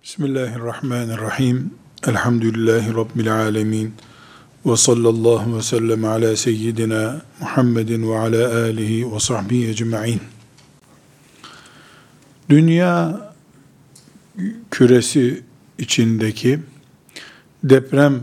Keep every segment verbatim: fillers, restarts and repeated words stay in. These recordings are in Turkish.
Bismillahirrahmanirrahim. Elhamdülillahi Rabbil alemin. Ve sallallahu ve sellem ala seyyidina Muhammedin ve ala alihi ve sahbihi ecma'in. Dünya küresi içindeki deprem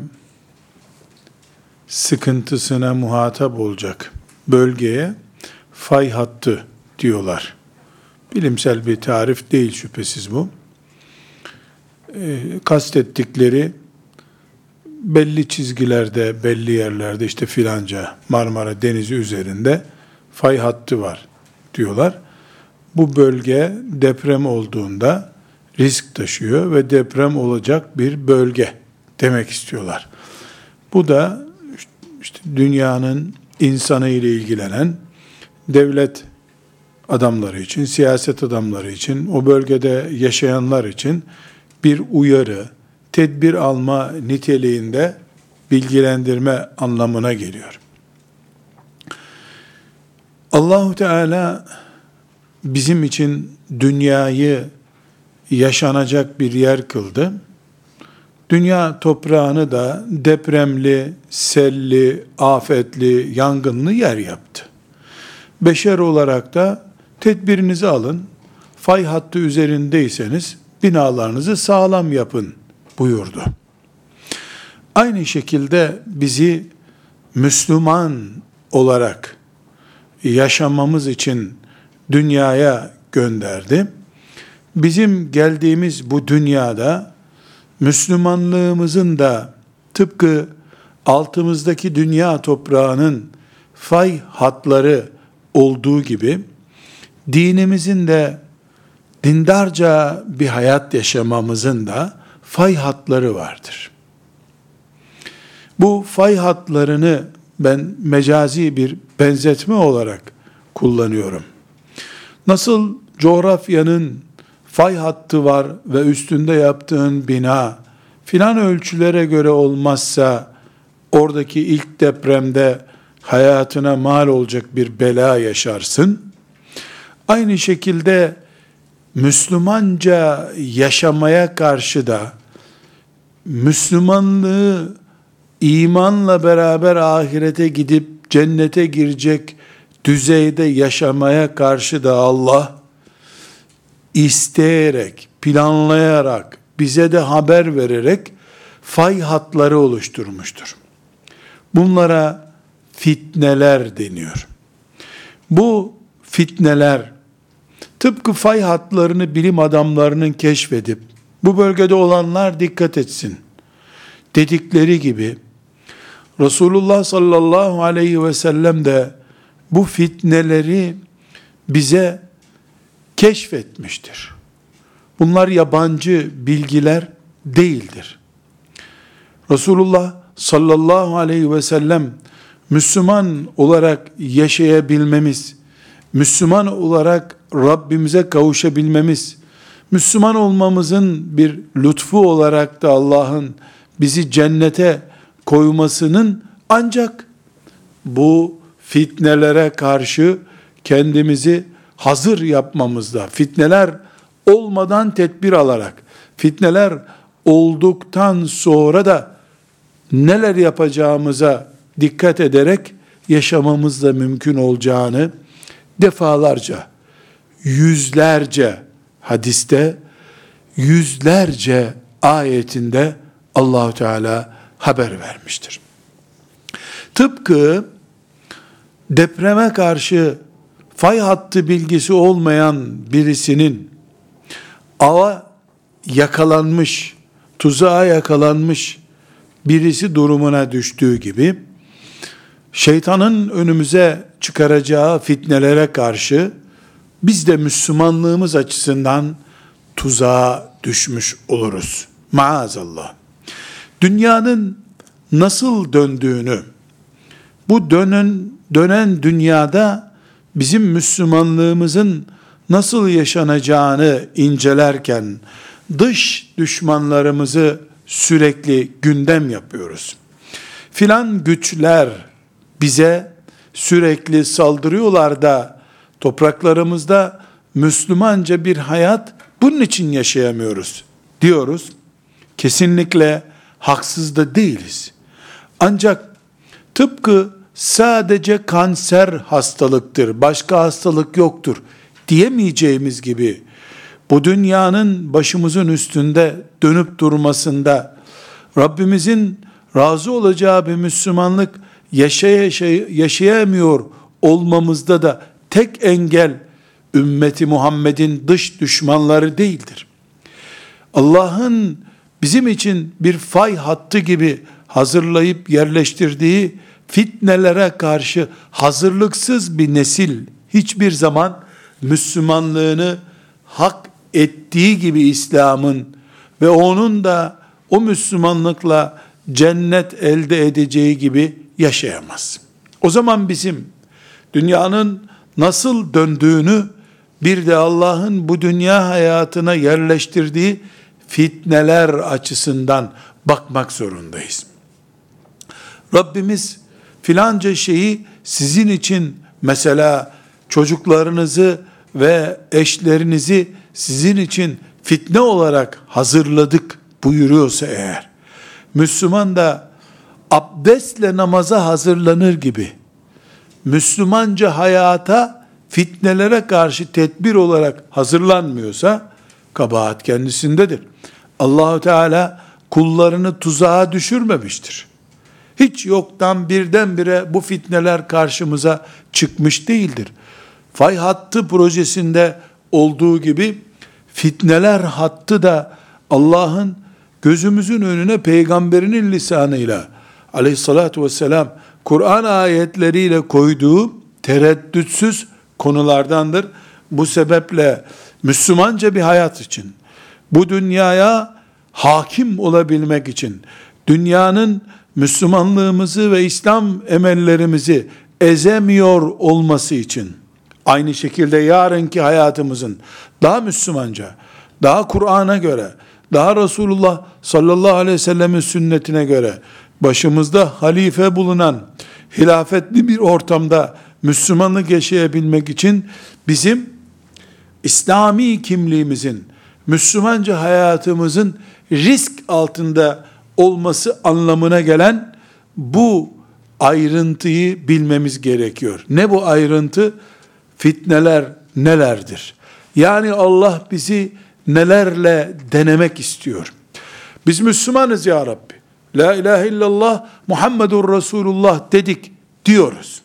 sıkıntısına muhatap olacak bölgeye fay hattı diyorlar. Bilimsel bir tarif değil şüphesiz bu. E, kastettikleri belli çizgilerde, belli yerlerde işte filanca Marmara Denizi üzerinde fay hattı var diyorlar. Bu bölge deprem olduğunda risk taşıyor ve deprem olacak bir bölge demek istiyorlar. Bu da işte dünyanın insanı ile ilgilenen devlet adamları için, siyaset adamları için, o bölgede yaşayanlar için bir uyarı, tedbir alma niteliğinde bilgilendirme anlamına geliyor. Allahu Teala bizim için dünyayı yaşanacak bir yer kıldı. Dünya toprağını da depremli, selli, afetli, yangınlı yer yaptı. Beşer olarak da tedbirinizi alın, fay hattı üzerindeyseniz binalarınızı sağlam yapın buyurdu. Aynı şekilde bizi Müslüman olarak yaşamamız için dünyaya gönderdi. Bizim geldiğimiz bu dünyada Müslümanlığımızın da tıpkı altımızdaki dünya toprağının fay hatları olduğu gibi dinimizin de dindarca bir hayat yaşamamızın da fay hatları vardır. Bu fay hatlarını ben mecazi bir benzetme olarak kullanıyorum. Nasıl coğrafyanın fay hattı var ve üstünde yaptığın bina filan ölçülere göre olmazsa oradaki ilk depremde hayatına mal olacak bir bela yaşarsın. Aynı şekilde Müslümanca yaşamaya karşı da Müslümanlığı imanla beraber ahirete gidip cennete girecek düzeyde yaşamaya karşı da Allah isteyerek, planlayarak, bize de haber vererek fay hatları oluşturmuştur. Bunlara fitneler deniyor. Bu fitneler tıpkı fay hatlarını bilim adamlarının keşfedip bu bölgede olanlar dikkat etsin dedikleri gibi Resulullah sallallahu aleyhi ve sellem de bu fitneleri bize keşfetmiştir. Bunlar yabancı bilgiler değildir. Resulullah sallallahu aleyhi ve sellem Müslüman olarak yaşayabilmemiz, Müslüman olarak Rabbimize kavuşabilmemiz, Müslüman olmamızın bir lütfu olarak da Allah'ın bizi cennete koymasının ancak bu fitnelere karşı kendimizi hazır yapmamızda, fitneler olmadan tedbir alarak, fitneler olduktan sonra da neler yapacağımıza dikkat ederek yaşamamızda mümkün olacağını defalarca, yüzlerce hadiste, yüzlerce ayetinde Allah-u Teala haber vermiştir. Tıpkı depreme karşı fay hattı bilgisi olmayan birisinin ava yakalanmış, tuzağa yakalanmış birisi durumuna düştüğü gibi, şeytanın önümüze çıkaracağı fitnelere karşı biz de Müslümanlığımız açısından tuzağa düşmüş oluruz. Maazallah. Dünyanın nasıl döndüğünü, bu dönen, dönen dünyada bizim Müslümanlığımızın nasıl yaşanacağını incelerken dış düşmanlarımızı sürekli gündem yapıyoruz. Filan güçler bize sürekli saldırıyorlar da topraklarımızda Müslümanca bir hayat bunun için yaşayamıyoruz diyoruz. Kesinlikle haksız da değiliz. Ancak tıpkı sadece kanser hastalıktır, başka hastalık yoktur diyemeyeceğimiz gibi, bu dünyanın başımızın üstünde dönüp durmasında, Rabbimizin razı olacağı bir Müslümanlık yaşaya yaşay yaşayamıyor olmamızda da tek engel, ümmeti Muhammed'in dış düşmanları değildir. Allah'ın bizim için bir fay hattı gibi hazırlayıp yerleştirdiği fitnelere karşı hazırlıksız bir nesil hiçbir zaman Müslümanlığını hak ettiği gibi İslam'ın ve onun da o Müslümanlıkla cennet elde edeceği gibi yaşayamaz. O zaman bizim dünyanın nasıl döndüğünü, bir de Allah'ın bu dünya hayatına yerleştirdiği fitneler açısından bakmak zorundayız. Rabbimiz filanca şeyi sizin için, mesela çocuklarınızı ve eşlerinizi sizin için fitne olarak hazırladık buyuruyorsa eğer, Müslüman da abdestle namaza hazırlanır gibi Müslümanca hayata fitnelere karşı tedbir olarak hazırlanmıyorsa kabahat kendisindedir. Allah-u Teala kullarını tuzağa düşürmemiştir. Hiç yoktan birdenbire bu fitneler karşımıza çıkmış değildir. Fay hattı projesinde olduğu gibi fitneler hattı da Allah'ın gözümüzün önüne peygamberinin lisanıyla aleyhissalatü vesselam Kur'an ayetleriyle koyduğu tereddütsüz konulardandır. Bu sebeple Müslümanca bir hayat için, bu dünyaya hakim olabilmek için, dünyanın Müslümanlığımızı ve İslam emellerimizi ezemiyor olması için, aynı şekilde yarınki hayatımızın daha Müslümanca, daha Kur'an'a göre, daha Resulullah sallallahu aleyhi ve sellemin sünnetine göre, başımızda halife bulunan hilafetli bir ortamda Müslümanlık yaşayabilmek için bizim İslami kimliğimizin, Müslümanca hayatımızın risk altında olması anlamına gelen bu ayrıntıyı bilmemiz gerekiyor. Ne bu ayrıntı? Fitneler nelerdir? Yani Allah bizi nelerle denemek istiyor? Biz Müslümanız ya Rabbi, la ilahe illallah Muhammedur Resulullah dedik diyoruz.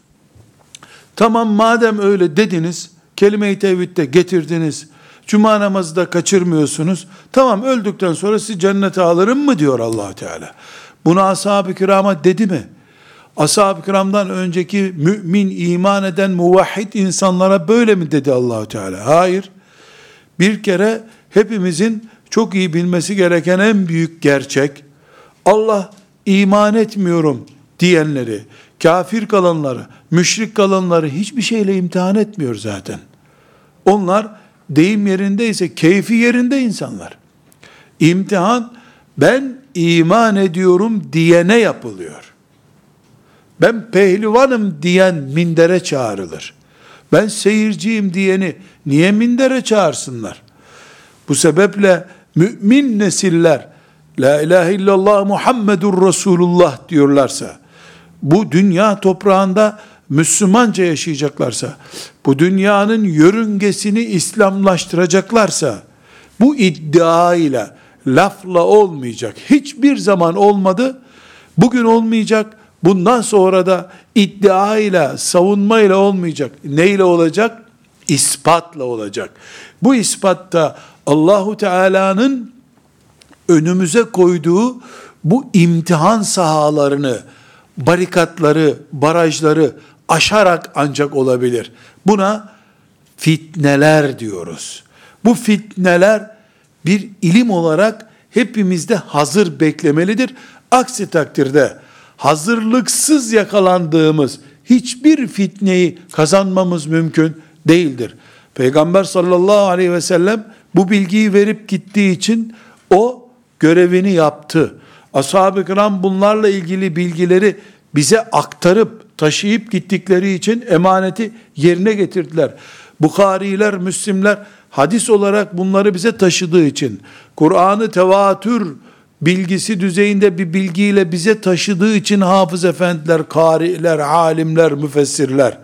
Tamam, madem öyle dediniz, kelime-i tevhidde getirdiniz, cuma namazı da kaçırmıyorsunuz, tamam, öldükten sonra sizi cennete alırım mı diyor Allah Teala. Bunu ashab-ı kirama dedi mi? Ashab-ı kiramdan önceki mümin, iman eden, muvahhid insanlara böyle mi dedi Allah Teala? Hayır. Bir kere hepimizin çok iyi bilmesi gereken en büyük gerçek, Allah iman etmiyorum diyenleri, kafir kalanları, müşrik kalanları hiçbir şeyle imtihan etmiyor zaten. Onlar deyim yerindeyse keyfi yerinde insanlar. İmtihan ben iman ediyorum diyene yapılıyor. Ben pehlivanım diyen mindere çağrılır. Ben seyirciyim diyeni niye mindere çağırsınlar? Bu sebeple mümin nesiller la ilahe illallah Muhammedur Resulullah diyorlarsa, bu dünya toprağında Müslümanca yaşayacaklarsa, bu dünyanın yörüngesini İslamlaştıracaklarsa, bu iddia ile, lafla olmayacak. Hiçbir zaman olmadı, bugün olmayacak, bundan sonra da iddia ile, savunma ile olmayacak. Neyle olacak? İspatla olacak. Bu ispatta Allahu Teala'nın önümüze koyduğu bu imtihan sahalarını, barikatları, barajları aşarak ancak olabilir. Buna fitneler diyoruz. Bu fitneler bir ilim olarak hepimizde hazır beklemelidir. Aksi takdirde hazırlıksız yakalandığımız hiçbir fitneyi kazanmamız mümkün değildir. Peygamber sallallahu aleyhi ve sellem bu bilgiyi verip gittiği için o görevini yaptı. Ashab-ı kiram bunlarla ilgili bilgileri bize aktarıp taşıyıp gittikleri için emaneti yerine getirdiler. Bukhariler, Müslimler hadis olarak bunları bize taşıdığı için, Kur'an'ı tevatür bilgisi düzeyinde bir bilgiyle bize taşıdığı için hafız efendiler, kariler, alimler, müfessirler,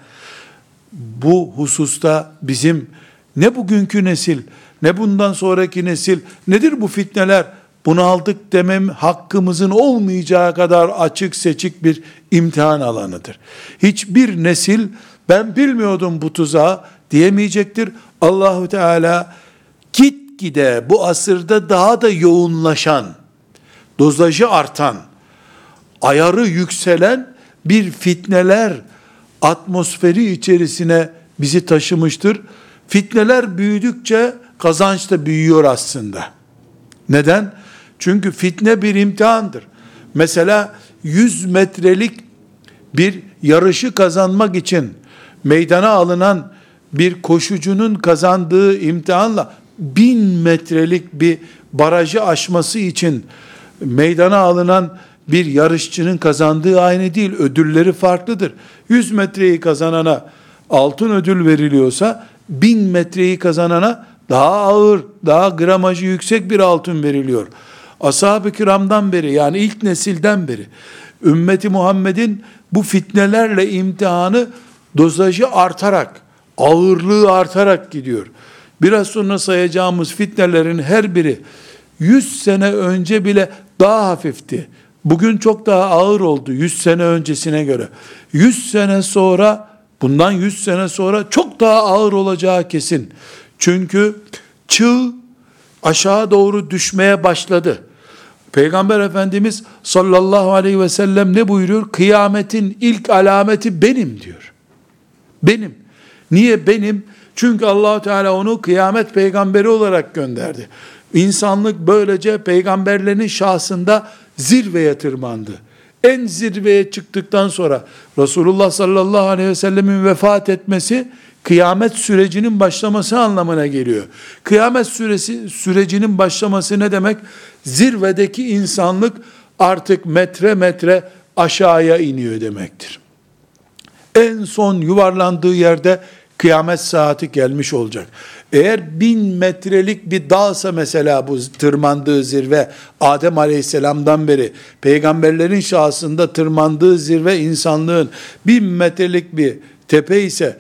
bu hususta bizim ne bugünkü nesil, ne bundan sonraki nesil, nedir bu fitneler, bunaldık demem hakkımızın olmayacağı kadar açık seçik bir imtihan alanıdır. Hiçbir nesil ben bilmiyordum bu tuzağı diyemeyecektir. Allahu Teala gitgide bu asırda daha da yoğunlaşan, dozajı artan, ayarı yükselen bir fitneler atmosferi içerisine bizi taşımıştır. Fitneler büyüdükçe kazanç da büyüyor aslında. Neden? Çünkü fitne bir imtihandır. Mesela yüz metrelik bir yarışı kazanmak için meydana alınan bir koşucunun kazandığı imtihanla bin metrelik bir barajı aşması için meydana alınan bir yarışçının kazandığı aynı değil. Ödülleri farklıdır. yüz metreyi kazanana altın ödül veriliyorsa bin metreyi kazanana daha ağır, daha gramajı yüksek bir altın veriliyor. Ashab-ı kiramdan beri, yani ilk nesilden beri ümmeti Muhammed'in bu fitnelerle imtihanı dozajı artarak, ağırlığı artarak gidiyor. Biraz sonra sayacağımız fitnelerin her biri yüz sene önce bile daha hafifti. Bugün çok daha ağır oldu yüz sene öncesine göre. yüz sene sonra, bundan yüz sene sonra çok daha ağır olacağı kesin. Çünkü çığ aşağı doğru düşmeye başladı. Peygamber Efendimiz sallallahu aleyhi ve sellem ne buyuruyor? Kıyametin ilk alameti benim diyor. Benim. Niye benim? Çünkü Allah Teala onu kıyamet peygamberi olarak gönderdi. İnsanlık böylece peygamberlerin şahsında zirveye tırmandı. En zirveye çıktıktan sonra Resulullah sallallahu aleyhi ve sellemin vefat etmesi kıyamet sürecinin başlaması anlamına geliyor. Kıyamet süresi, sürecinin başlaması ne demek? Zirvedeki insanlık artık metre metre aşağıya iniyor demektir. En son yuvarlandığı yerde kıyamet saati gelmiş olacak. Eğer bin metrelik bir dağsa mesela bu tırmandığı zirve, Adem Aleyhisselam'dan beri peygamberlerin şahsında tırmandığı zirve insanlığın bin metrelik bir tepe ise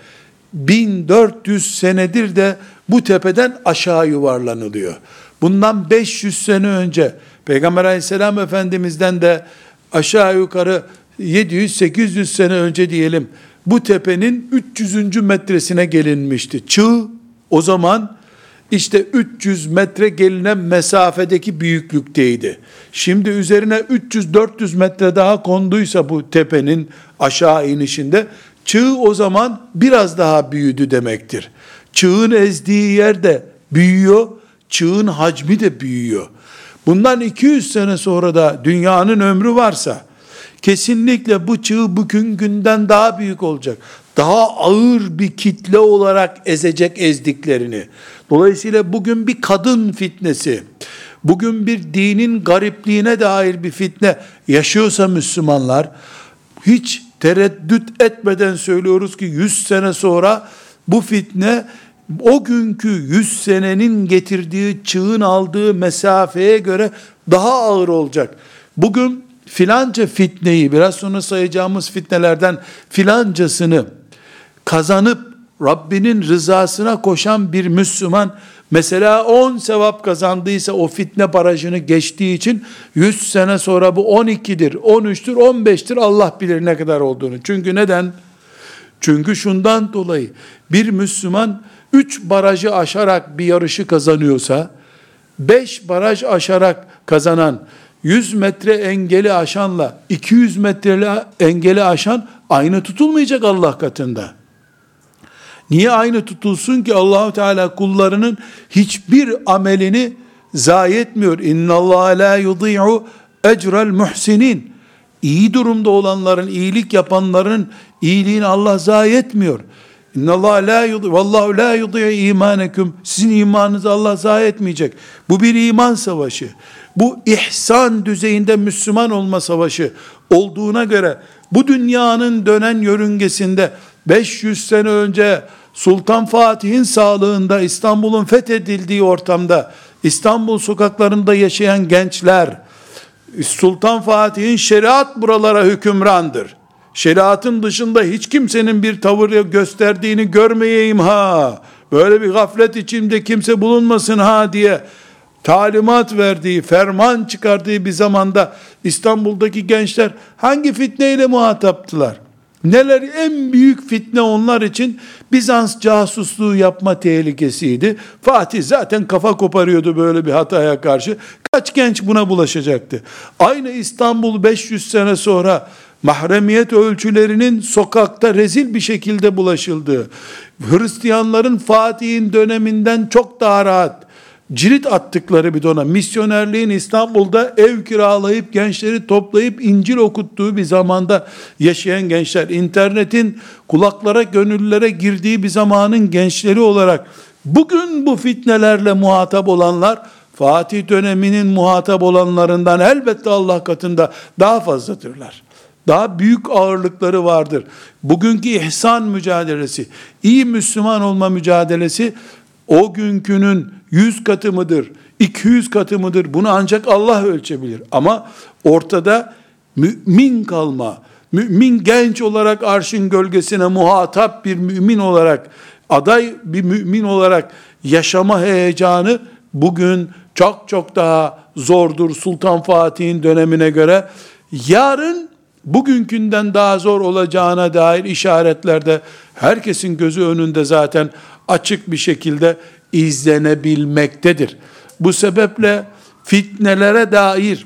bin dört yüz senedir de bu tepeden aşağı yuvarlanılıyor. Bundan beş yüz sene önce Peygamber Aleyhisselam Efendimiz'den de aşağı yukarı yedi yüz sekiz yüz sene önce diyelim, bu tepenin üç yüzüncü metresine gelinmişti. Çığ o zaman işte üç yüz metre gelinen mesafedeki büyüklükteydi. Şimdi üzerine üç yüz dört yüz metre daha konduysa bu tepenin aşağı inişinde, çığ o zaman biraz daha büyüdü demektir. Çığın ezdiği yer de büyüyor, çığın hacmi de büyüyor. Bundan iki yüz sene sonra da dünyanın ömrü varsa, kesinlikle bu çığ bugün günden daha büyük olacak. Daha ağır bir kitle olarak ezecek ezdiklerini. Dolayısıyla bugün bir kadın fitnesi, bugün bir dinin garipliğine dair bir fitne yaşıyorsa Müslümanlar, hiç tereddüt etmeden söylüyoruz ki yüz sene sonra bu fitne o günkü yüz senenin getirdiği çığın aldığı mesafeye göre daha ağır olacak. Bugün filanca fitneyi, biraz sonra sayacağımız fitnelerden filancasını kazanıp Rabbinin rızasına koşan bir Müslüman, mesela on sevap kazandıysa o fitne barajını geçtiği için yüz sene sonra bu on ikidir, on üçtür, on beştir, Allah bilir ne kadar olduğunu. Çünkü neden? Çünkü şundan dolayı bir Müslüman üç barajı aşarak bir yarışı kazanıyorsa, beş baraj aşarak kazanan, yüz metre engeli aşanla iki yüz metre engeli aşan aynı tutulmayacak Allah katında. Niye aynı tutulsun ki? Allahu Teala kullarının hiçbir amelini zayi etmiyor. İnnallâhe lâ yudî'u ecrel muhsinin. İyi durumda olanların, iyilik yapanların iyiliğini Allah zayi etmiyor. İnnallâhe lâ yudî'u vallahu lâ yudî'u îmânekum. Sizin imanınızı Allah zayi etmeyecek. Bu bir iman savaşı. Bu ihsan düzeyinde Müslüman olma savaşı olduğuna göre bu dünyanın dönen yörüngesinde beş yüz sene önce Sultan Fatih'in sağlığında, İstanbul'un fethedildiği ortamda, İstanbul sokaklarında yaşayan gençler, Sultan Fatih'in şeriat buralara hükümrandır, şeriatın dışında hiç kimsenin bir tavır gösterdiğini görmeyeyim ha, böyle bir gaflet içinde kimse bulunmasın ha diye talimat verdiği, ferman çıkardığı bir zamanda İstanbul'daki gençler hangi fitneyle muhataptılar? Neler, en büyük fitne onlar için Bizans casusluğu yapma tehlikesiydi. Fatih zaten kafa koparıyordu böyle bir hataya karşı. Kaç genç buna bulaşacaktı? Aynı İstanbul beş yüz sene sonra mahremiyet ölçülerinin sokakta rezil bir şekilde bulaşıldığı, Hristiyanların Fatih'in döneminden çok daha rahat cirit attıkları bir dönem, misyonerliğin İstanbul'da ev kiralayıp gençleri toplayıp İncil okuttuğu bir zamanda yaşayan gençler, internetin kulaklara, gönüllere girdiği bir zamanın gençleri olarak bugün bu fitnelerle muhatap olanlar, Fatih döneminin muhatap olanlarından elbette Allah katında daha fazladırlar. Daha büyük ağırlıkları vardır. Bugünkü ihsan mücadelesi, iyi Müslüman olma mücadelesi o günkünün yüz katı mıdır, iki yüz katı mıdır? Bunu ancak Allah ölçebilir. Ama ortada mümin kalma, mümin genç olarak arşın gölgesine muhatap bir mümin olarak, aday bir mümin olarak yaşama heyecanı bugün çok çok daha zordur Sultan Fatih'in dönemine göre. Yarın bugünkünden daha zor olacağına dair işaretler de herkesin gözü önünde zaten açık bir şekilde izlenebilmektedir. Bu sebeple fitnelere dair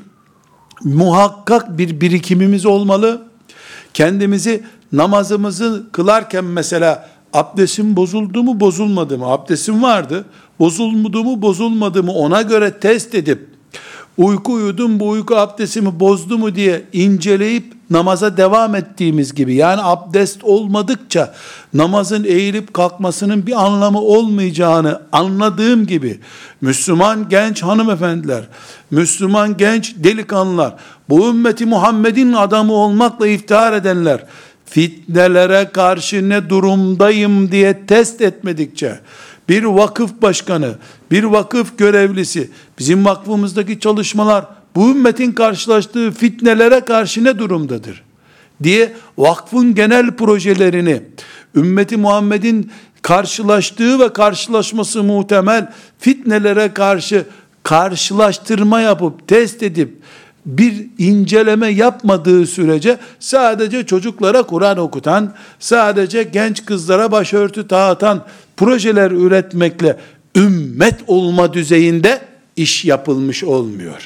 muhakkak bir birikimimiz olmalı. Kendimizi namazımızı kılarken mesela abdestim bozuldu mu bozulmadı mı? Abdestim vardı. Bozuldu mu bozulmadı mı? Ona göre test edip uyku uyudum, bu uyku abdestimi bozdu mu diye inceleyip namaza devam ettiğimiz gibi, yani abdest olmadıkça namazın eğilip kalkmasının bir anlamı olmayacağını anladığım gibi, Müslüman genç hanımefendiler, Müslüman genç delikanlılar, bu ümmeti Muhammed'in adamı olmakla iftihar edenler, fitnelere karşı ne durumdayım diye test etmedikçe, bir vakıf başkanı, bir vakıf görevlisi, bizim vakfımızdaki çalışmalar, bu ümmetin karşılaştığı fitnelere karşı ne durumdadır diye vakfın genel projelerini, ümmeti Muhammed'in karşılaştığı ve karşılaşması muhtemel fitnelere karşı karşılaştırma yapıp, test edip, bir inceleme yapmadığı sürece sadece çocuklara Kur'an okutan, sadece genç kızlara başörtü dağıtan projeler üretmekle ümmet olma düzeyinde iş yapılmış olmuyor.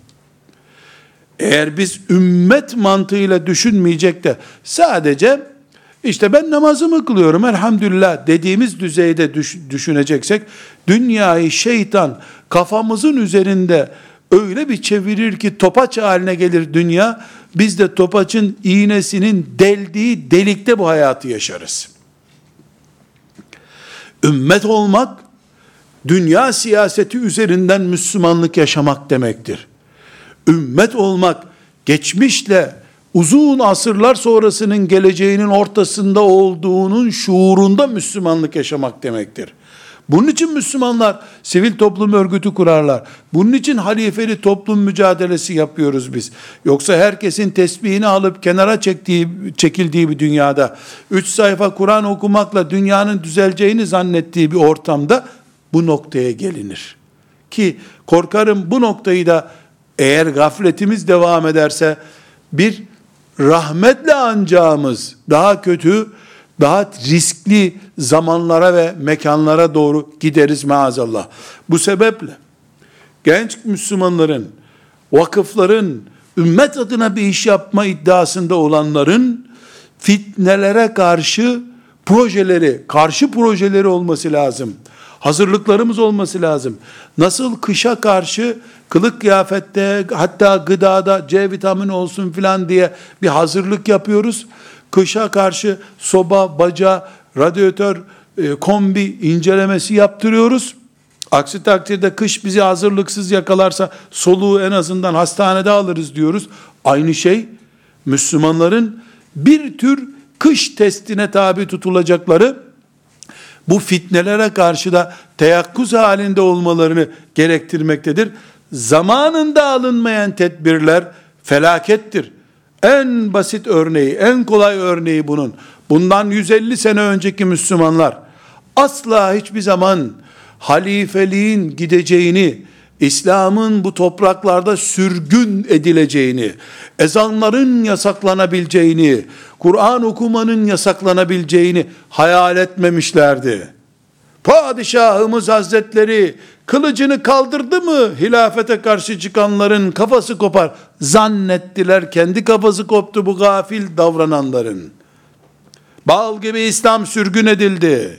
Eğer biz ümmet mantığıyla düşünmeyecek de sadece işte ben namazımı kılıyorum elhamdülillah dediğimiz düzeyde düş- düşüneceksek, dünyayı şeytan kafamızın üzerinde öyle bir çevirir ki topaç haline gelir dünya, biz de topaçın iğnesinin deldiği delikte bu hayatı yaşarız. Ümmet olmak, dünya siyaseti üzerinden Müslümanlık yaşamak demektir. Ümmet olmak, geçmişle uzun asırlar sonrasının geleceğinin ortasında olduğunun şuurunda Müslümanlık yaşamak demektir. Bunun için Müslümanlar sivil toplum örgütü kurarlar. Bunun için halifeli toplum mücadelesi yapıyoruz biz. Yoksa herkesin tesbihini alıp kenara çektiği, çekildiği bir dünyada, üç sayfa Kur'an okumakla dünyanın düzeleceğini zannettiği bir ortamda bu noktaya gelinir. Ki korkarım bu noktayı da eğer gafletimiz devam ederse bir rahmetle ancağımız daha kötü, daha riskli zamanlara ve mekanlara doğru gideriz maazallah. Bu sebeple genç Müslümanların, vakıfların, ümmet adına bir iş yapma iddiasında olanların fitnelere karşı projeleri, karşı projeleri olması lazım. Hazırlıklarımız olması lazım. Nasıl kışa karşı kılık kıyafette, hatta gıdada C vitamini olsun filan diye bir hazırlık yapıyoruz. Kışa karşı soba, baca, radyatör, e, kombi incelemesi yaptırıyoruz. Aksi takdirde kış bizi hazırlıksız yakalarsa soluğu en azından hastanede alırız diyoruz. Aynı şey Müslümanların bir tür kış testine tabi tutulacakları, bu fitnelere karşı da teyakkuz halinde olmalarını gerektirmektedir. Zamanında alınmayan tedbirler felakettir. En basit örneği, en kolay örneği bunun. Bundan yüz elli sene önceki Müslümanlar asla hiçbir zaman halifeliğin gideceğini, İslam'ın bu topraklarda sürgün edileceğini, ezanların yasaklanabileceğini, Kur'an okumanın yasaklanabileceğini hayal etmemişlerdi. Padişahımız Hazretleri kılıcını kaldırdı mı hilafete karşı çıkanların kafası kopar zannettiler. Kendi kafası koptu bu gafil davrananların. Bal gibi İslam sürgün edildi.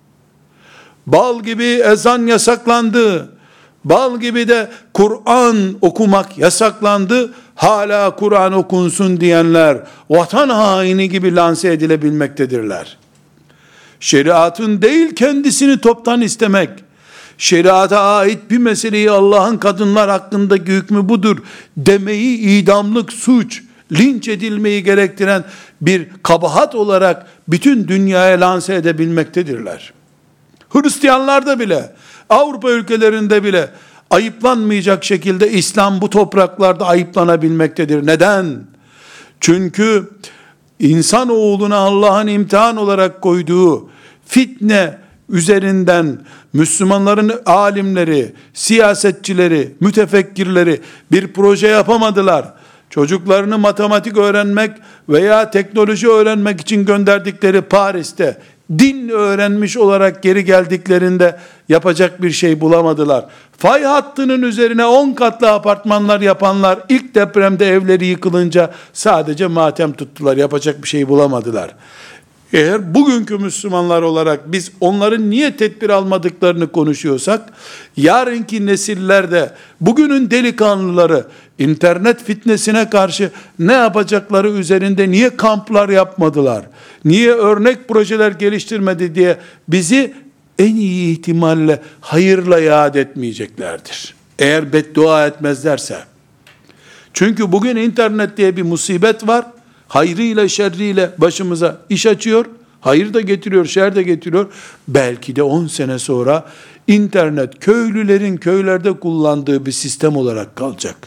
Bal gibi ezan yasaklandı. Bal gibi de Kur'an okumak yasaklandı. Hala Kur'an okunsun diyenler vatan haini gibi lanse edilebilmektedirler. Şeriatın değil kendisini toptan istemek, şeriata ait bir meseleyi Allah'ın kadınlar hakkındaki hükmü budur demeyi idamlık suç, linç edilmeyi gerektiren bir kabahat olarak bütün dünyaya lanse edebilmektedirler. Hristiyanlarda bile, Avrupa ülkelerinde bile ayıplanmayacak şekilde İslam bu topraklarda ayıplanabilmektedir. Neden? Çünkü insanoğluna Allah'ın imtihan olarak koyduğu fitne üzerinden Müslümanların alimleri, siyasetçileri, mütefekkirleri bir proje yapamadılar. Çocuklarını matematik öğrenmek veya teknoloji öğrenmek için gönderdikleri Paris'te din öğrenmiş olarak geri geldiklerinde yapacak bir şey bulamadılar. Fay hattının üzerine on katlı apartmanlar yapanlar ilk depremde evleri yıkılınca sadece matem tuttular. Yapacak bir şey bulamadılar. Eğer bugünkü Müslümanlar olarak biz onların niye tedbir almadıklarını konuşuyorsak, yarınki nesillerde bugünün delikanlıları internet fitnesine karşı ne yapacakları üzerinde niye kamplar yapmadılar, niye örnek projeler geliştirmedi diye bizi en iyi ihtimalle hayırla yad etmeyeceklerdir. Eğer beddua etmezlerse. Çünkü bugün internet diye bir musibet var. Hayrıyla şerriyle başımıza iş açıyor. Hayır da getiriyor, şer de getiriyor. Belki de on sene sonra internet köylülerin köylerde kullandığı bir sistem olarak kalacak.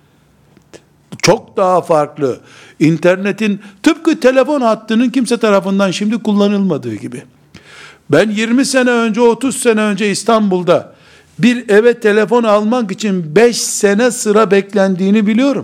Çok daha farklı. İnternetin tıpkı telefon hattının kimse tarafından şimdi kullanılmadığı gibi. Ben yirmi sene önce, otuz sene önce İstanbul'da bir eve telefon almak için beş sene sıra beklendiğini biliyorum.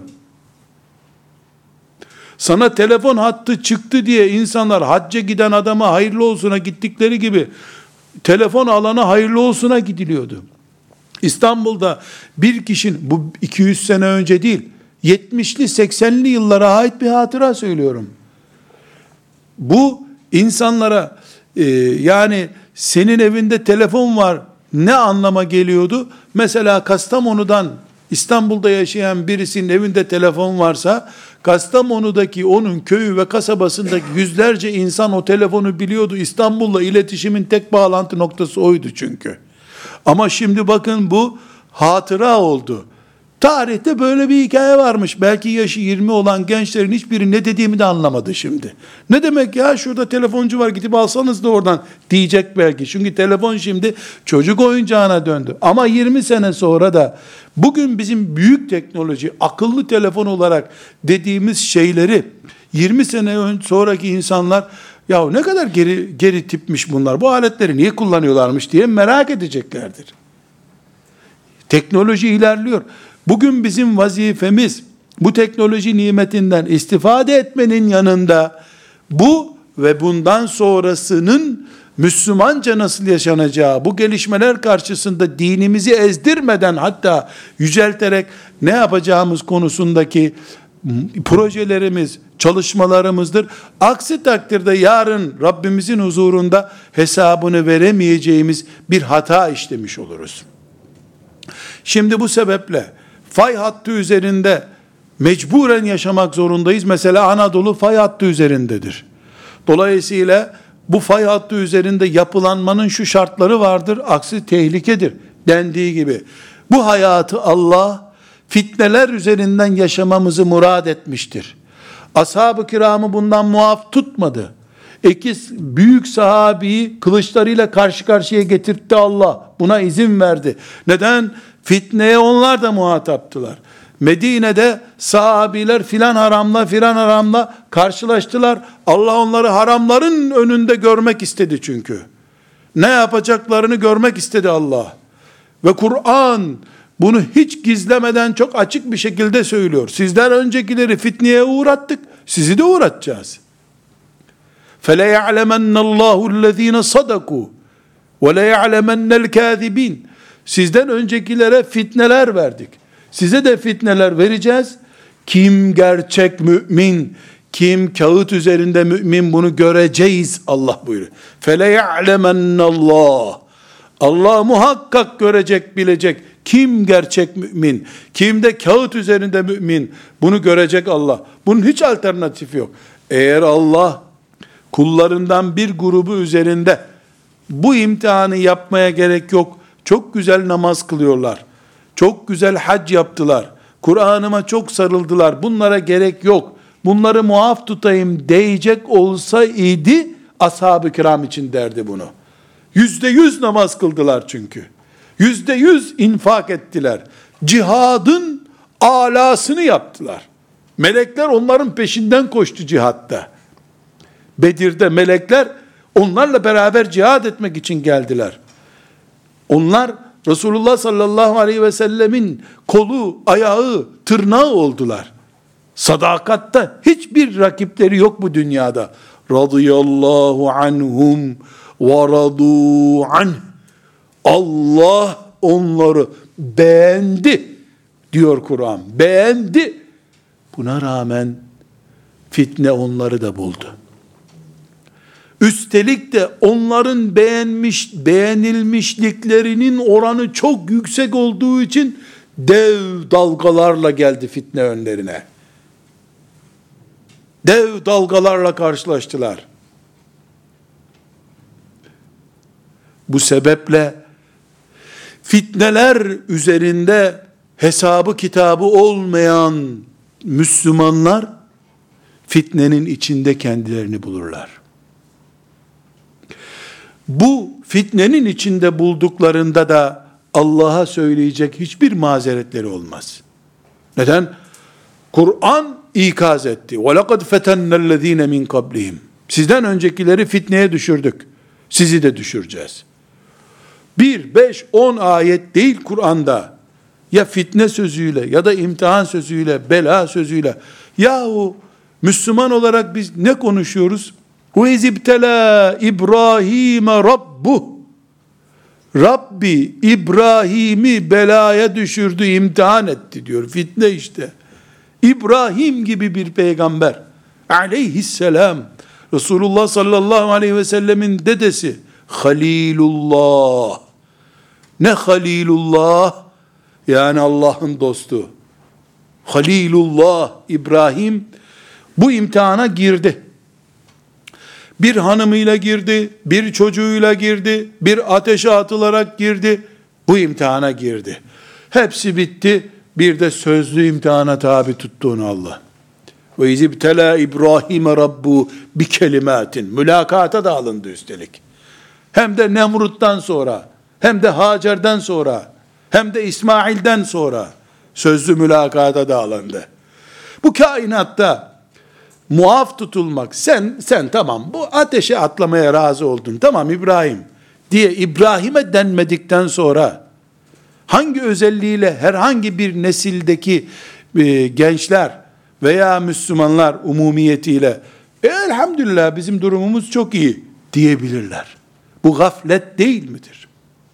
Sana telefon hattı çıktı diye insanlar hacca giden adama hayırlı olsuna gittikleri gibi telefon alana hayırlı olsuna gidiliyordu. İstanbul'da bir kişinin, bu iki yüz sene önce değil, yetmişli seksenli yıllara ait bir hatıra söylüyorum. Bu insanlara e, yani senin evinde telefon var ne anlama geliyordu? Mesela Kastamonu'dan İstanbul'da yaşayan birisinin evinde telefon varsa, Kastamonu'daki onun köyü ve kasabasındaki yüzlerce insan o telefonu biliyordu. İstanbul'la iletişimin tek bağlantı noktası oydu çünkü. Ama şimdi bakın bu hatıra oldu. Tarihte böyle bir hikaye varmış. Belki yaşı yirmi olan gençlerin hiçbiri ne dediğimi de anlamadı şimdi. Ne demek ya, şurada telefoncu var gidip alsanız da oradan diyecek belki. Çünkü telefon şimdi çocuk oyuncağına döndü. Ama yirmi sene sonra da bugün bizim büyük teknoloji, akıllı telefon olarak dediğimiz şeyleri yirmi sene sonraki insanlar ya ne kadar geri geri tipmiş bunlar, bu aletleri niye kullanıyorlarmış diye merak edeceklerdir. Teknoloji ilerliyor. Bugün bizim vazifemiz bu teknoloji nimetinden istifade etmenin yanında bu ve bundan sonrasının Müslümanca nasıl yaşanacağı, bu gelişmeler karşısında dinimizi ezdirmeden hatta yücelterek ne yapacağımız konusundaki projelerimiz, çalışmalarımızdır. Aksi takdirde yarın Rabbimizin huzurunda hesabını veremeyeceğimiz bir hata işlemiş oluruz. Şimdi bu sebeple fay hattı üzerinde mecburen yaşamak zorundayız. Mesela Anadolu fay hattı üzerindedir. Dolayısıyla bu fay hattı üzerinde yapılanmanın şu şartları vardır, aksi tehlikedir dendiği gibi. Bu hayatı Allah fitneler üzerinden yaşamamızı murad etmiştir. Ashab-ı kiramı bundan muaf tutmadı. İki büyük sahabeyi kılıçlarıyla karşı karşıya getirtti Allah. Buna izin verdi. Neden? Fitneye onlar da muhataptılar. Medine'de sahabiler filan haramla filan haramla karşılaştılar. Allah onları haramların önünde görmek istedi çünkü. Ne yapacaklarını görmek istedi Allah. Ve Kur'an bunu hiç gizlemeden çok açık bir şekilde söylüyor. Sizden öncekileri fitneye uğrattık, sizi de uğratacağız. فَلَيَعْلَمَنَّ اللّٰهُ الَّذ۪ينَ صَدَقُوا وَلَيَعْلَمَنَّ الْكَاذِب۪ينَ Sizden öncekilere fitneler verdik. Size de fitneler vereceğiz. Kim gerçek mümin, kim kağıt üzerinde mümin, bunu göreceğiz Allah buyuruyor. فَلَيَعْلَمَنَّ اللّٰهُ Allah muhakkak görecek, bilecek. Kim gerçek mümin, kim de kağıt üzerinde mümin, bunu görecek Allah. Bunun hiç alternatifi yok. Eğer Allah kullarından bir grubu üzerinde bu imtihanı yapmaya gerek yok, çok güzel namaz kılıyorlar, çok güzel hac yaptılar, Kur'an'ıma çok sarıldılar, bunlara gerek yok, bunları muaf tutayım diyecek olsaydı, ashab-ı kiram için derdi bunu. Yüzde yüz namaz kıldılar çünkü. Yüzde yüz infak ettiler. Cihadın alasını yaptılar. Melekler onların peşinden koştu cihatta. Bedir'de melekler onlarla beraber cihad etmek için geldiler. Onlar Resulullah sallallahu aleyhi ve sellemin kolu, ayağı, tırnağı oldular. Sadakatta hiçbir rakipleri yok bu dünyada. Radıyallahu anhum ve radu anh. Allah onları beğendi diyor Kur'an. Beğendi. Buna rağmen fitne onları da buldu. Üstelik de onların beğenmiş, beğenilmişliklerinin oranı çok yüksek olduğu için dev dalgalarla geldi fitne önlerine. Dev dalgalarla karşılaştılar. Bu sebeple fitneler üzerinde hesabı kitabı olmayan Müslümanlar fitnenin içinde kendilerini bulurlar. Bu fitnenin içinde bulduklarında da Allah'a söyleyecek hiçbir mazeretleri olmaz. Neden? Kur'an ikaz etti. وَلَقَدْ فَتَنَّ الَّذ۪ينَ مِنْ قَبْلِهِمْ Sizden öncekileri fitneye düşürdük. Sizi de düşüreceğiz. Bir, beş, on ayet değil Kur'an'da. Ya fitne sözüyle ya da imtihan sözüyle, bela sözüyle. Yahu Müslüman olarak biz ne konuşuyoruz? وَاِذِ ابْتَلَى İbrahim'e rabbuh Rabbi İbrahim'i belaya düşürdü, imtihan etti diyor. Fitne işte. İbrahim gibi bir peygamber aleyhisselam, Resulullah sallallahu aleyhi ve sellemin dedesi Halilullah. Ne Halilullah? Yani Allah'ın dostu. Halilullah İbrahim bu imtihana girdi. Bir hanımıyla girdi, bir çocuğuyla girdi, bir ateşe atılarak girdi, bu imtihana girdi. Hepsi bitti, bir de sözlü imtihana tabi tuttu onu Allah. Ve izibtela İbrahim'e rabbu bi kelimatin. Mülakata da alındı üstelik. Hem de Nemrut'tan sonra, hem de Hacer'den sonra, hem de İsmail'den sonra sözlü mülakata da alındı. Bu kainatta muaf tutulmak, sen sen tamam bu ateşe atlamaya razı oldun, tamam İbrahim diye İbrahim'e denmedikten sonra hangi özelliğiyle herhangi bir nesildeki e, gençler veya Müslümanlar umumiyetiyle e, elhamdülillah bizim durumumuz çok iyi diyebilirler? Bu gaflet değil midir?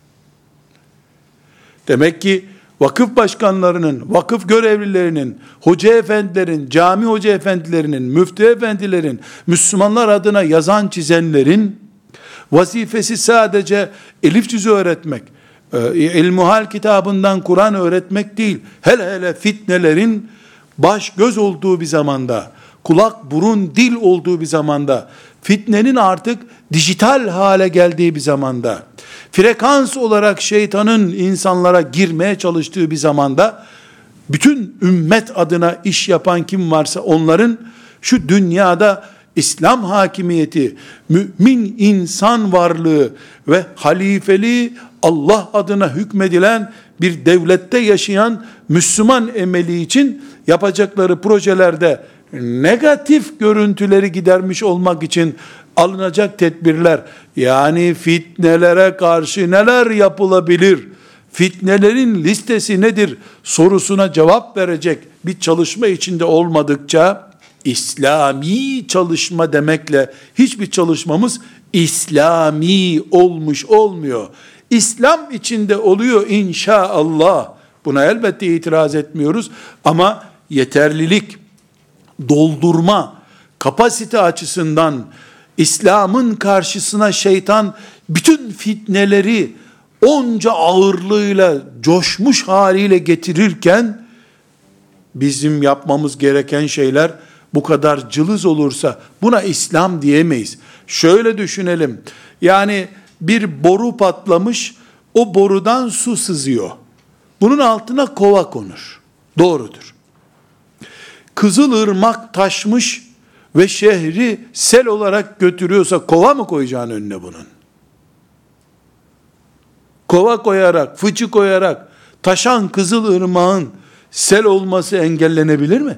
Demek ki vakıf başkanlarının, vakıf görevlilerinin, hoca efendilerin, cami hoca efendilerinin, müftü efendilerin, Müslümanlar adına yazan çizenlerin vazifesi sadece elif cüzü öğretmek, İlmuhal kitabından Kur'an öğretmek değil. Hele hele fitnelerin baş göz olduğu bir zamanda, kulak burun dil olduğu bir zamanda, fitnenin artık dijital hale geldiği bir zamanda, frekans olarak şeytanın insanlara girmeye çalıştığı bir zamanda, bütün ümmet adına iş yapan kim varsa onların şu dünyada İslam hakimiyeti, mümin insan varlığı ve halifeliği Allah adına hükmedilen bir devlette yaşayan Müslüman emeli için yapacakları projelerde negatif görüntüleri gidermiş olmak için alınacak tedbirler, yani fitnelere karşı neler yapılabilir, fitnelerin listesi nedir sorusuna cevap verecek bir çalışma içinde olmadıkça, İslami çalışma demekle hiçbir çalışmamız İslami olmuş olmuyor. İslam içinde oluyor inşallah. Buna elbette itiraz etmiyoruz ama yeterlilik, doldurma, kapasite açısından İslam'ın karşısına şeytan bütün fitneleri onca ağırlığıyla, coşmuş haliyle getirirken bizim yapmamız gereken şeyler bu kadar cılız olursa buna İslam diyemeyiz. Şöyle düşünelim. Yani bir boru patlamış, o borudan su sızıyor. Bunun altına kova konur. Doğrudur. Kızılırmak taşmış ve şehri sel olarak götürüyorsa kova mı koyacaksın önüne bunun? Kova koyarak, fıçı koyarak taşan Kızılırmak'ın sel olması engellenebilir mi?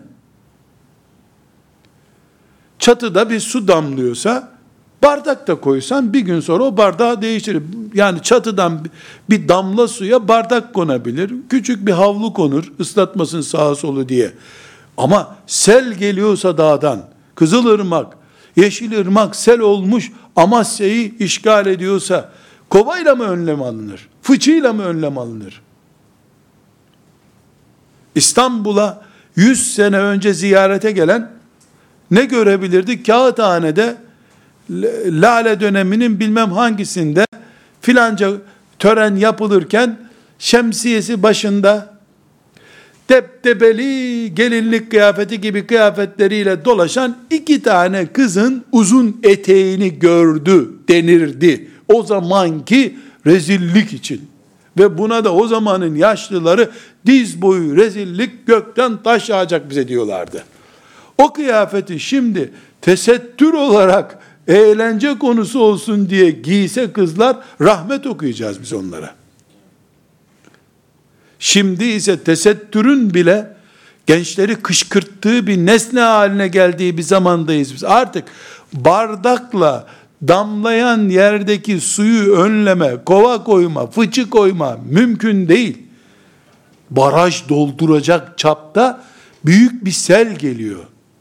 Çatıda bir su damlıyorsa bardak da koysan bir gün sonra o bardağı değiştirir. Yani çatıdan bir damla suya bardak konabilir. Küçük bir havlu konur, ıslatmasın sağa solu diye. Ama sel geliyorsa dağdan, Kızılırmak, Yeşilırmak sel olmuş, Amasya'yı işgal ediyorsa kovayla mı önlem alınır? Fıçıyla mı önlem alınır? İstanbul'a yüz sene önce ziyarete gelen ne görebilirdi? Kağıthane'de Lale döneminin bilmem hangisinde filanca tören yapılırken şemsiyesi başında deptebeli gelinlik kıyafeti gibi kıyafetleriyle dolaşan iki tane kızın uzun eteğini gördü denirdi. O zamanki rezillik için. Ve buna da o zamanın yaşlıları diz boyu rezillik, gökten taş yağacak bize diyorlardı. O kıyafeti şimdi tesettür olarak eğlence konusu olsun diye giyse kızlar, rahmet okuyacağız biz onlara. Şimdi ise tesettürün bile gençleri kışkırttığı bir nesne haline geldiği bir zamandayız biz. Artık bardakla damlayan yerdeki suyu önleme, kova koyma, fıçı koyma mümkün değil. Baraj dolduracak çapta büyük bir sel geliyor.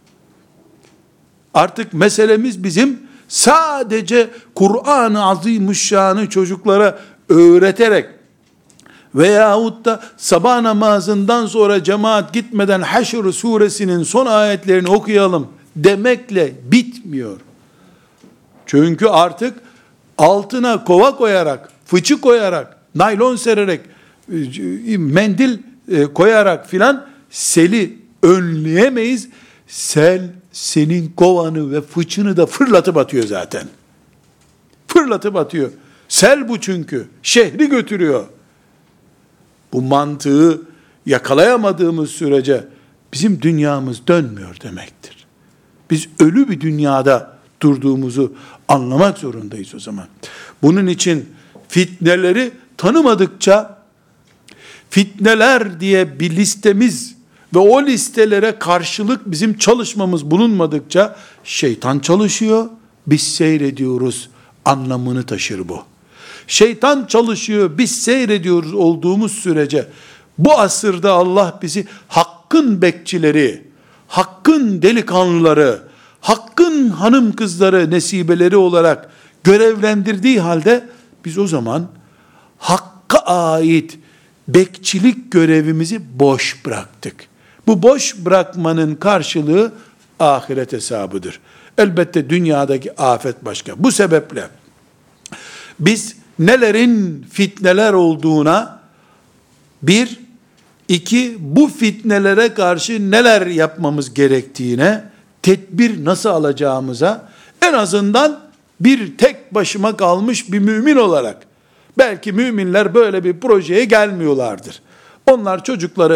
Artık meselemiz bizim sadece Kur'an-ı Azimüşşan'ı çocuklara öğreterek veyahut da sabah namazından sonra cemaat gitmeden Haşr suresinin son ayetlerini okuyalım demekle bitmiyor. Çünkü artık altına kova koyarak, fıçı koyarak, naylon sererek, mendil koyarak filan seli önleyemeyiz. Sel senin kovanı ve fıçını da fırlatıp atıyor zaten. Fırlatıp atıyor. Sel bu çünkü. Şehri götürüyor. Bu mantığı yakalayamadığımız sürece bizim dünyamız dönmüyor demektir. Biz ölü bir dünyada durduğumuzu anlamak zorundayız o zaman. Bunun için fitneleri tanımadıkça, fitneler diye bir listemiz ve o listelere karşılık bizim çalışmamız bulunmadıkça şeytan çalışıyor, biz seyrediyoruz anlamını taşır bu. Şeytan çalışıyor, biz seyrediyoruz olduğumuz sürece bu asırda Allah bizi hakkın bekçileri, hakkın delikanlıları, hakkın hanım kızları, nesibeleri olarak görevlendirdiği halde biz o zaman hakka ait bekçilik görevimizi boş bıraktık. Bu boş bırakmanın karşılığı ahiret hesabıdır. Elbette dünyadaki afet başka. Bu sebeple biz nelerin fitneler olduğuna, bir, iki, bu fitnelere karşı neler yapmamız gerektiğine, tedbir nasıl alacağımıza, en azından bir tek başıma kalmış bir mümin olarak, belki müminler böyle bir projeye gelmiyorlardır. Onlar çocukları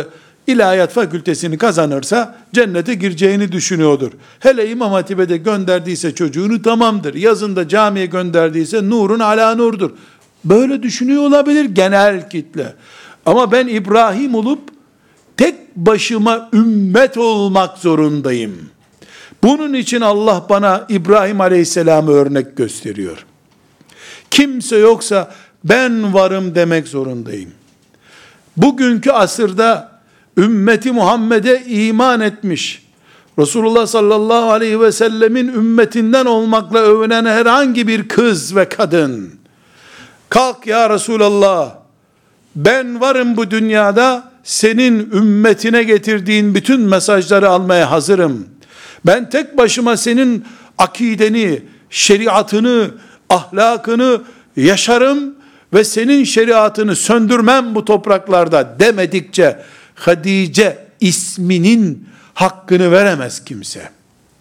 ilahiyat fakültesini kazanırsa cennete gireceğini düşünüyordur. Hele İmam Hatip'e de gönderdiyse çocuğunu tamamdır. Yazında camiye gönderdiyse nurun ala nurdur. Böyle düşünüyor olabilir genel kitle. Ama ben İbrahim olup tek başıma ümmet olmak zorundayım. Bunun için Allah bana İbrahim Aleyhisselam'ı örnek gösteriyor. Kimse yoksa ben varım demek zorundayım. Bugünkü asırda ümmeti Muhammed'e iman etmiş, Resulullah sallallahu aleyhi ve sellemin ümmetinden olmakla övünen herhangi bir kız ve kadın, kalk ya Resulallah, ben varım bu dünyada, senin ümmetine getirdiğin bütün mesajları almaya hazırım. Ben tek başıma senin akideni, şeriatını, ahlakını yaşarım ve senin şeriatını söndürmem bu topraklarda demedikçe Hadice isminin hakkını veremez kimse.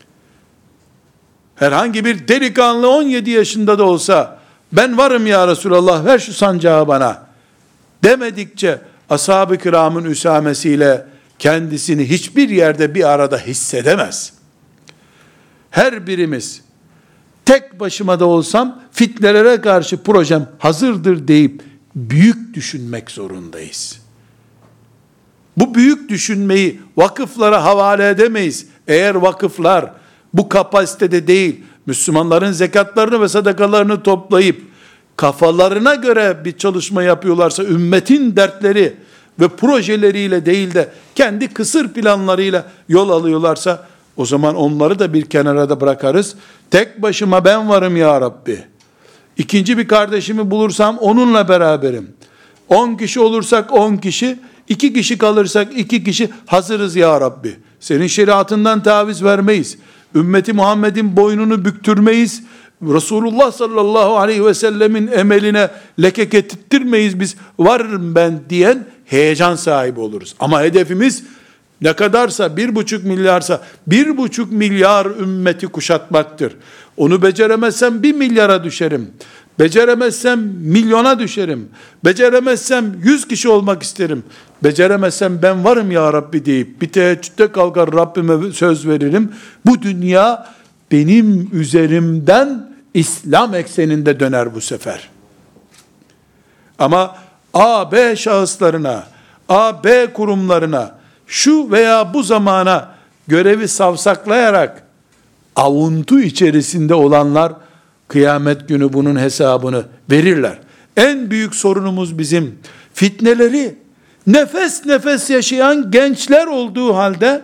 Herhangi bir delikanlı on yedi yaşında da olsa ben varım ya Resulallah, ver şu sancağı bana demedikçe ashab-ı kiramın üsamesiyle kendisini hiçbir yerde bir arada hissedemez. Her birimiz tek başıma da olsam fitnelere karşı projem hazırdır deyip büyük düşünmek zorundayız. Bu büyük düşünmeyi vakıflara havale edemeyiz. Eğer vakıflar bu kapasitede değil, Müslümanların zekatlarını ve sadakalarını toplayıp kafalarına göre bir çalışma yapıyorlarsa, ümmetin dertleri ve projeleriyle değil de kendi kısır planlarıyla yol alıyorlarsa, o zaman onları da bir kenara da bırakarız. Tek başıma ben varım ya Rabbi. İkinci bir kardeşimi bulursam onunla beraberim. On kişi olursak on kişi, iki kişi kalırsak iki kişi, hazırız ya Rabbi. Senin şeriatından taviz vermeyiz. Ümmeti Muhammed'in boynunu büktürmeyiz. Resulullah sallallahu aleyhi ve sellemin emeline leke getirtmeyiz, biz varım ben diyen heyecan sahibi oluruz. Ama hedefimiz ne kadarsa, bir buçuk milyarsa, bir buçuk milyar ümmeti kuşatmaktır. Onu beceremezsem bir milyara düşerim. Beceremezsem milyona düşerim. Beceremezsem yüz kişi olmak isterim. Beceremezsem ben varım ya Rabbi deyip bir teheccüde kalkar, Rabbime söz veririm. Bu dünya benim üzerimden İslam ekseninde döner bu sefer. Ama A, B şahıslarına, A, B kurumlarına, şu veya bu zamana görevi savsaklayarak avuntu içerisinde olanlar kıyamet günü bunun hesabını verirler. En büyük sorunumuz bizim fitneleri nefes nefes yaşayan gençler olduğu halde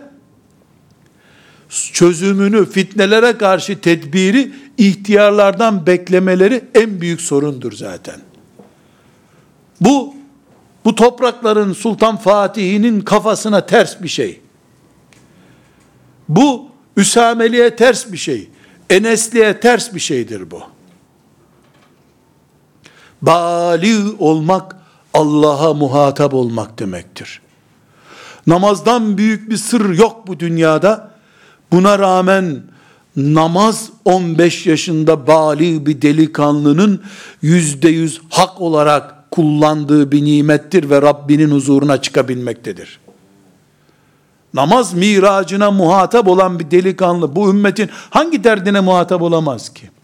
çözümünü, fitnelere karşı tedbiri ihtiyarlardan beklemeleri en büyük sorundur zaten. Bu bu toprakların Sultan Fatih'inin kafasına ters bir şey. Bu Üsameli'ye ters bir şey. Enesli'ye ters bir şeydir bu. Bali olmak, Allah'a muhatap olmak demektir. Namazdan büyük bir sır yok bu dünyada. Buna rağmen namaz on beş yaşında bali bir delikanlının yüzde yüz hak olarak kullandığı bir nimettir ve Rabbinin huzuruna çıkabilmektedir. Namaz miracına muhatap olan bir delikanlı bu ümmetin hangi derdine muhatap olamaz ki?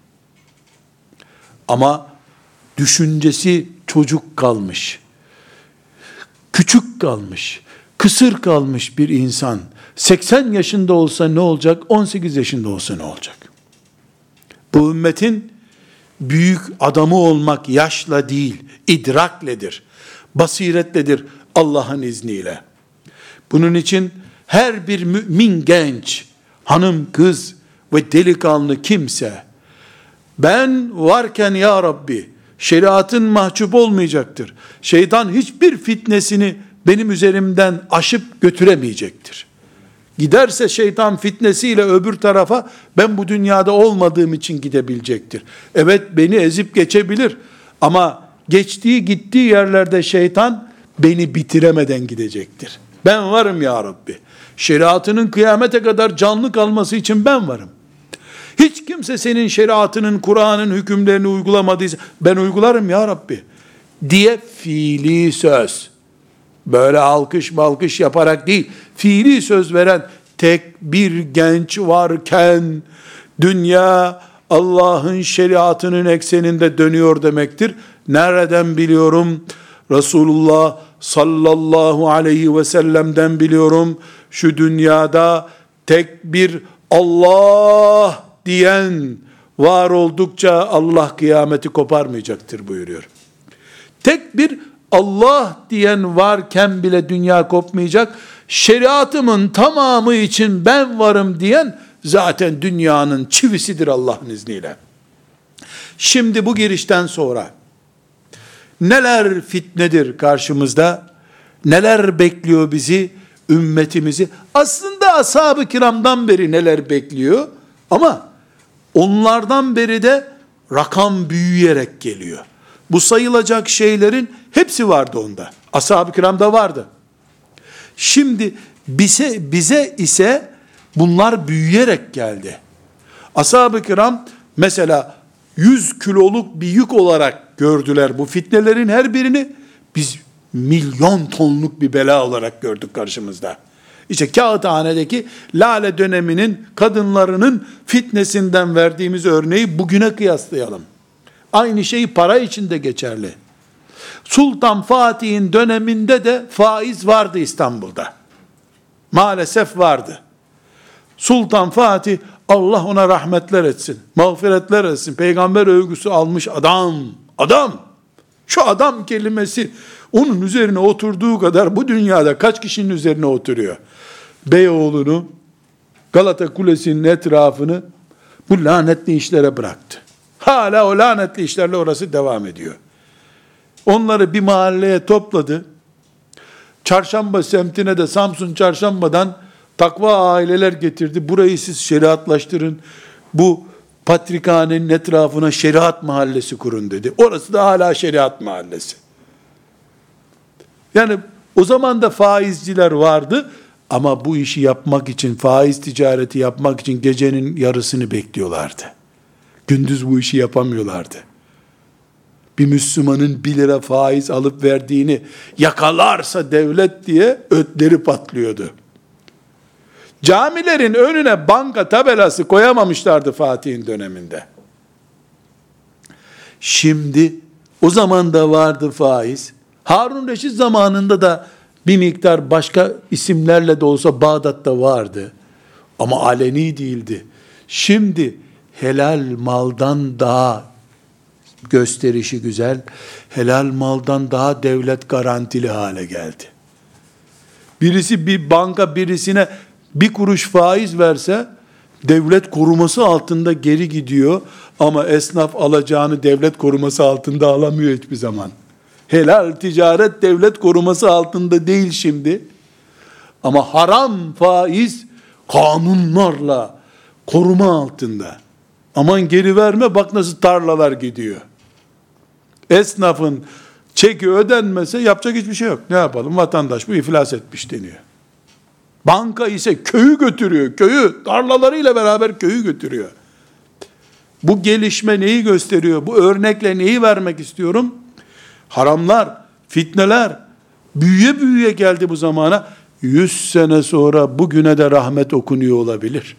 Ama düşüncesi çocuk kalmış, küçük kalmış, kısır kalmış bir insan seksen yaşında olsa ne olacak, on sekiz yaşında olsa ne olacak? Bu ümmetin büyük adamı olmak yaşla değil, idrakledir, basiretledir Allah'ın izniyle. Bunun için her bir mümin genç, hanım, kız ve delikanlı kimse, ben varken ya Rabbi, şeriatın mahcup olmayacaktır. Şeytan hiçbir fitnesini benim üzerimden aşıp götüremeyecektir. Giderse şeytan fitnesiyle öbür tarafa, ben bu dünyada olmadığım için gidebilecektir. Evet, beni ezip geçebilir ama geçtiği gittiği yerlerde şeytan beni bitiremeden gidecektir. Ben varım ya Rabbi. Şeriatının kıyamete kadar canlı kalması için ben varım. Hiç kimse senin şeriatının, Kur'an'ın hükümlerini uygulamadıysa ben uygularım ya Rabbi diye fiili söz. Böyle alkış malkış yaparak değil, fiili söz veren tek bir genç varken dünya Allah'ın şeriatının ekseninde dönüyor demektir. Nereden biliyorum? Resulullah sallallahu aleyhi ve sellem'den biliyorum. Şu dünyada tek bir Allah diyen var oldukça Allah kıyameti koparmayacaktır buyuruyor. Tek bir Allah diyen varken bile dünya kopmayacak. Şeriatımın tamamı için ben varım diyen zaten dünyanın çivisidir Allah'ın izniyle. Şimdi bu girişten sonra neler fitnedir karşımızda, neler bekliyor bizi, ümmetimizi. Aslında ashab-ı kiramdan beri neler bekliyor ama onlardan beri de rakam büyüyerek geliyor. Bu sayılacak şeylerin hepsi vardı onda. Ashab-ı kiramda vardı. Şimdi bize, bize ise bunlar büyüyerek geldi. Ashab-ı kiram mesela yüz kiloluk bir yük olarak gördüler bu fitnelerin her birini. Biz milyon tonluk bir bela olarak gördük karşımızda. İşte Kağıthane'deki Lale döneminin kadınlarının fitnesinden verdiğimiz örneği bugüne kıyaslayalım. Aynı şey para için de geçerli. Sultan Fatih'in döneminde de faiz vardı İstanbul'da. Maalesef vardı. Sultan Fatih, Allah ona rahmetler etsin, mağfiretler etsin, peygamber övgüsü almış adam, adam, şu adam kelimesi onun üzerine oturduğu kadar bu dünyada kaç kişinin üzerine oturuyor? Beyoğlu'nu, Galata Kulesi'nin etrafını bu lanetli işlere bıraktı. Hala o lanetli işlerle orası devam ediyor. Onları bir mahalleye topladı. Çarşamba semtine de Samsun Çarşamba'dan takva aileler getirdi. Burayı siz şeriatlaştırın. Bu patrikhanenin etrafına şeriat mahallesi kurun dedi. Orası da hala şeriat mahallesi. Yani o zaman da faizciler vardı ama bu işi yapmak için, faiz ticareti yapmak için gecenin yarısını bekliyorlardı. Gündüz bu işi yapamıyorlardı. Bir Müslümanın bir lira faiz alıp verdiğini yakalarsa devlet diye ötleri patlıyordu. Camilerin önüne banka tabelası koyamamışlardı Fatih'in döneminde. Şimdi o zaman da vardı faiz. Harun Reşit zamanında da bir miktar başka isimlerle de olsa Bağdat'ta vardı. Ama aleni değildi. Şimdi helal maldan daha gösterişi güzel, helal maldan daha devlet garantili hale geldi. Birisi bir banka birisine bir kuruş faiz verse, devlet koruması altında geri gidiyor, ama esnaf alacağını devlet koruması altında alamıyor hiçbir zaman. Helal ticaret devlet koruması altında değil şimdi. Ama haram faiz kanunlarla koruma altında. Aman geri verme, bak nasıl tarlalar gidiyor. Esnafın çeki ödenmese yapacak hiçbir şey yok. Ne yapalım? Vatandaş bu iflas etmiş deniyor. Banka ise köyü götürüyor. Köyü, tarlalarıyla beraber köyü götürüyor. Bu gelişme neyi gösteriyor? Bu örnekle neyi vermek istiyorum? Haramlar, fitneler büyüye büyüye geldi bu zamana. Yüz sene sonra bugüne de rahmet okunuyor olabilir.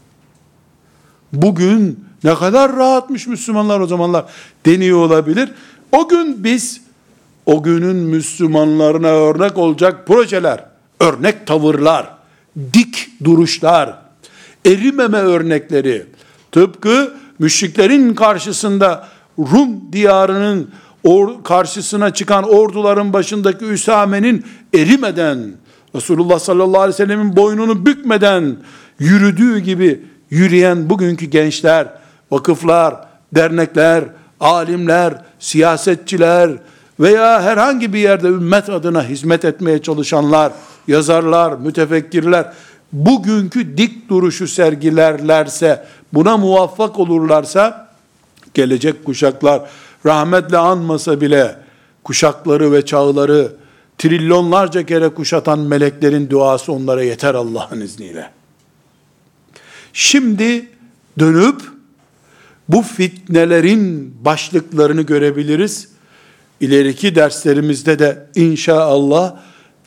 Bugün ne kadar rahatmış Müslümanlar o zamanlar deniyor olabilir. O gün biz o günün Müslümanlarına örnek olacak projeler, örnek tavırlar, dik duruşlar, erimeme örnekleri, tıpkı müşriklerin karşısında Rum diyarının or, karşısına çıkan orduların başındaki Üsame'nin erimeden, Resulullah sallallahu aleyhi ve sellemin boynunu bükmeden yürüdüğü gibi yürüyen bugünkü gençler, vakıflar, dernekler, alimler, siyasetçiler veya herhangi bir yerde ümmet adına hizmet etmeye çalışanlar, yazarlar, mütefekkirler, bugünkü dik duruşu sergilerlerse, buna muvaffak olurlarsa, gelecek kuşaklar rahmetle anmasa bile, kuşakları ve çağları trilyonlarca kere kuşatan meleklerin duası onlara yeter Allah'ın izniyle. Şimdi dönüp bu fitnelerin başlıklarını görebiliriz. İleriki derslerimizde de inşallah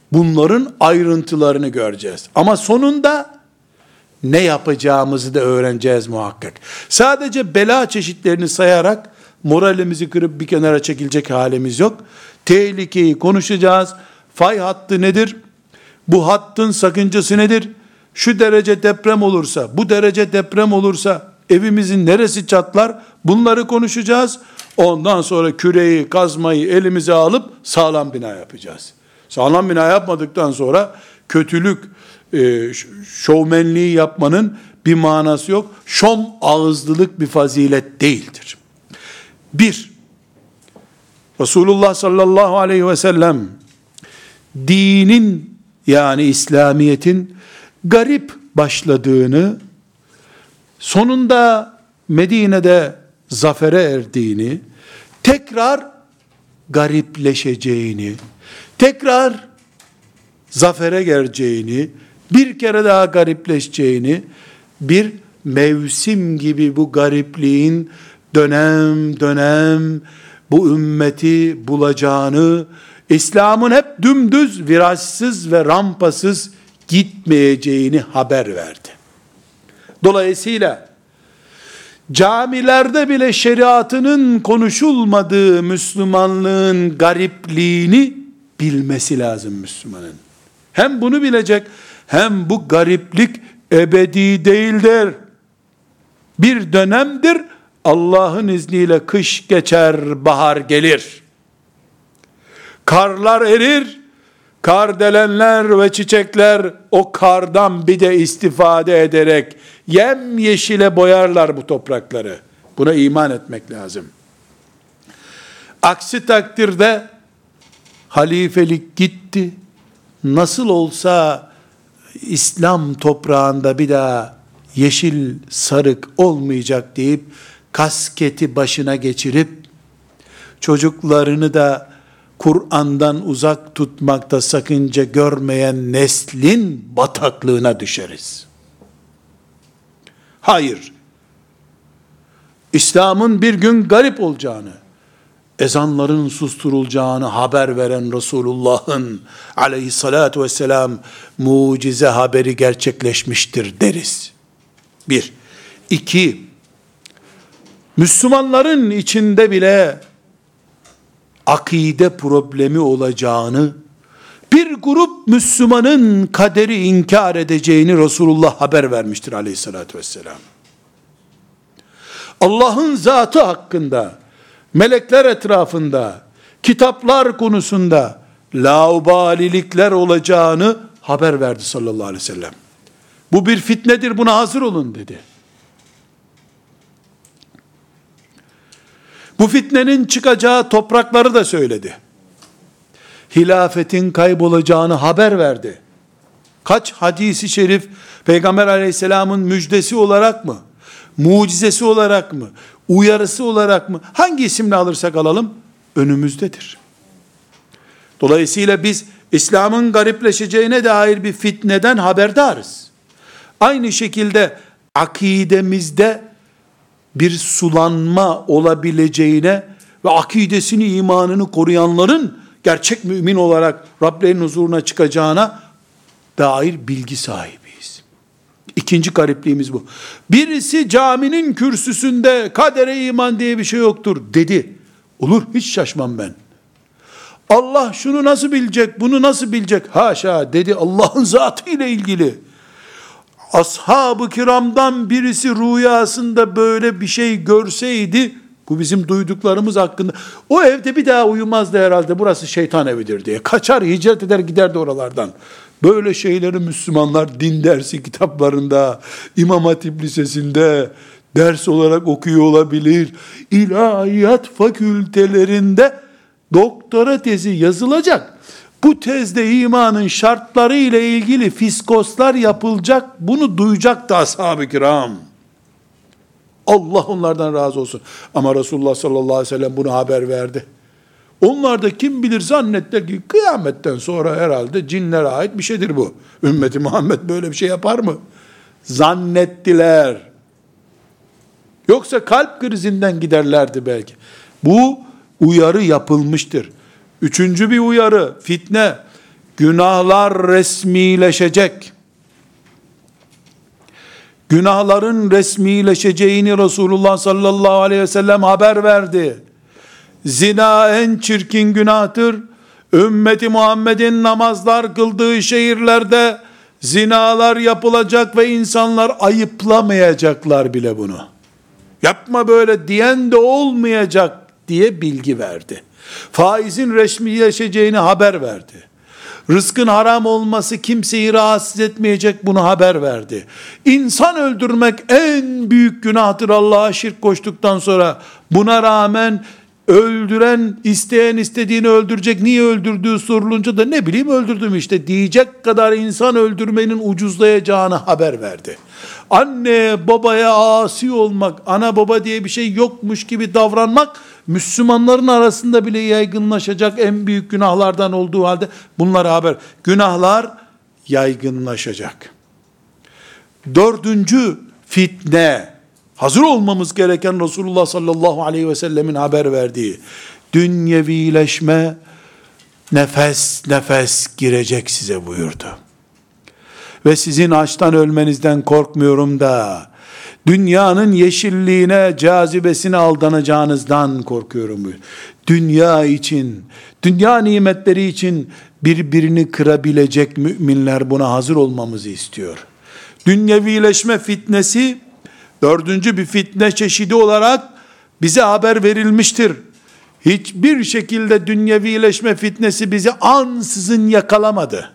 Bunların ayrıntılarını göreceğiz. Ama sonunda ne yapacağımızı da öğreneceğiz muhakkak. Sadece bela çeşitlerini sayarak moralimizi kırıp bir kenara çekilecek halimiz yok. Tehlikeyi konuşacağız. Fay hattı nedir? Bu hattın sakıncası nedir? Şu derece deprem olursa, bu derece deprem olursa evimizin neresi çatlar? Bunları konuşacağız. Ondan sonra küreği, kazmayı elimize alıp sağlam bina yapacağız. Sağlam bina yapmadıktan sonra kötülük, e, şovmenliği yapmanın bir manası yok. Şom ağızlılık bir fazilet değildir. Bir, Resulullah sallallahu aleyhi ve sellem dinin, yani İslamiyet'in garip başladığını, sonunda Medine'de zafere erdiğini, tekrar garipleşeceğini, tekrar zafere geleceğini, bir kere daha garipleşeceğini, bir mevsim gibi bu garipliğin dönem dönem bu ümmeti bulacağını, İslam'ın hep dümdüz, virajsız ve rampasız gitmeyeceğini haber verdi. Dolayısıyla camilerde bile şeriatının konuşulmadığı Müslümanlığın garipliğini bilmesi lazım Müslümanın. Hem bunu bilecek, hem bu gariplik ebedi değildir. Bir dönemdir, Allah'ın izniyle kış geçer, bahar gelir. Karlar erir, kardelenler ve çiçekler o kardan bir de istifade ederek yemyeşile boyarlar bu toprakları. Buna iman etmek lazım. Aksi takdirde halifelik gitti. Nasıl olsa İslam toprağında bir daha yeşil sarık olmayacak deyip kasketi başına geçirip çocuklarını da Kur'an'dan uzak tutmakta sakınca görmeyen neslin bataklığına düşeriz. Hayır. İslam'ın bir gün garip olacağını, ezanların susturulacağını haber veren Resulullah'ın aleyhissalatu vesselam mucize haberi gerçekleşmiştir deriz. Bir. İki, Müslümanların içinde bile akide problemi olacağını, bir grup Müslümanın kaderi inkar edeceğini Resulullah haber vermiştir aleyhissalatü vesselam. Allah'ın zatı hakkında, melekler etrafında, kitaplar konusunda laubalilikler olacağını haber verdi sallallahu aleyhi ve sellem. Bu bir fitnedir, buna hazır olun dedi. Bu fitnenin çıkacağı toprakları da söyledi. Hilafetin kaybolacağını haber verdi. Kaç hadisi şerif Peygamber aleyhisselamın müjdesi olarak mı, mucizesi olarak mı, uyarısı olarak mı, hangi isimle alırsak alalım, önümüzdedir. Dolayısıyla biz İslam'ın garipleşeceğine dair bir fitneden haberdarız. Aynı şekilde akidemizde bir sulanma olabileceğine ve akidesini, imanını koruyanların gerçek mümin olarak Rablerinin huzuruna çıkacağına dair bilgi sahibiyiz. İkinci garipliğimiz bu. Birisi caminin kürsüsünde kadere iman diye bir şey yoktur dedi. Olur, hiç şaşmam ben. Allah şunu nasıl bilecek, bunu nasıl bilecek? Haşa dedi, Allah'ın zatı ile ilgili. Ashab-ı kiramdan birisi rüyasında böyle bir şey görseydi, bu bizim duyduklarımız hakkında, o evde bir daha uyumazdı herhalde, burası şeytan evidir diye. Kaçar, hicret eder, giderdi oralardan. Böyle şeyleri Müslümanlar din dersi kitaplarında, İmam Hatip Lisesi'nde ders olarak okuyor olabilir. İlahiyat fakültelerinde doktora tezi yazılacak. Bu tezde imanın şartları ile ilgili fiskoslar yapılacak. Bunu duyacak da ashab-ı kiram. Allah onlardan razı olsun. Ama Resulullah sallallahu aleyhi ve sellem bunu haber verdi. Onlar da kim bilir zannettiler ki kıyametten sonra herhalde cinlere ait bir şeydir bu. Ümmeti Muhammed böyle bir şey yapar mı? Zannettiler. Yoksa kalp krizinden giderlerdi belki. Bu uyarı yapılmıştır. Üçüncü bir uyarı, fitne. Günahlar resmileşecek. Günahların resmileşeceğini Resulullah sallallahu aleyhi ve sellem haber verdi. Zina en çirkin günahtır. Ümmeti Muhammed'in namazlar kıldığı şehirlerde zinalar yapılacak ve insanlar ayıplamayacaklar bile bunu. Yapma böyle diyen de olmayacak diye bilgi verdi. Faizin resmileşeceğini haber verdi. Rızkın haram olması kimseyi rahatsız etmeyecek, bunu haber verdi. İnsan öldürmek en büyük günahtır Allah'a şirk koştuktan sonra. Buna rağmen öldüren, isteyen istediğini öldürecek, niye öldürdüğü sorulunca da ne bileyim öldürdüm işte diyecek kadar insan öldürmenin ucuzlayacağını haber verdi. Anne babaya asi olmak, ana baba diye bir şey yokmuş gibi davranmak, Müslümanların arasında bile yaygınlaşacak en büyük günahlardan olduğu halde bunlara haber. Günahlar yaygınlaşacak. Dördüncü fitne, hazır olmamız gereken Resulullah sallallahu aleyhi ve sellemin haber verdiği, dünyevileşme nefes nefes girecek size buyurdu. Ve sizin açtan ölmenizden korkmuyorum da, dünyanın yeşilliğine, cazibesine aldanacağınızdan korkuyorum buyur. Dünya için, dünya nimetleri için birbirini kırabilecek müminler buna hazır olmamızı istiyor. Dünyevileşme fitnesi, dördüncü bir fitne çeşidi olarak bize haber verilmiştir. Hiçbir şekilde dünyevileşme fitnesi bizi ansızın yakalamadı.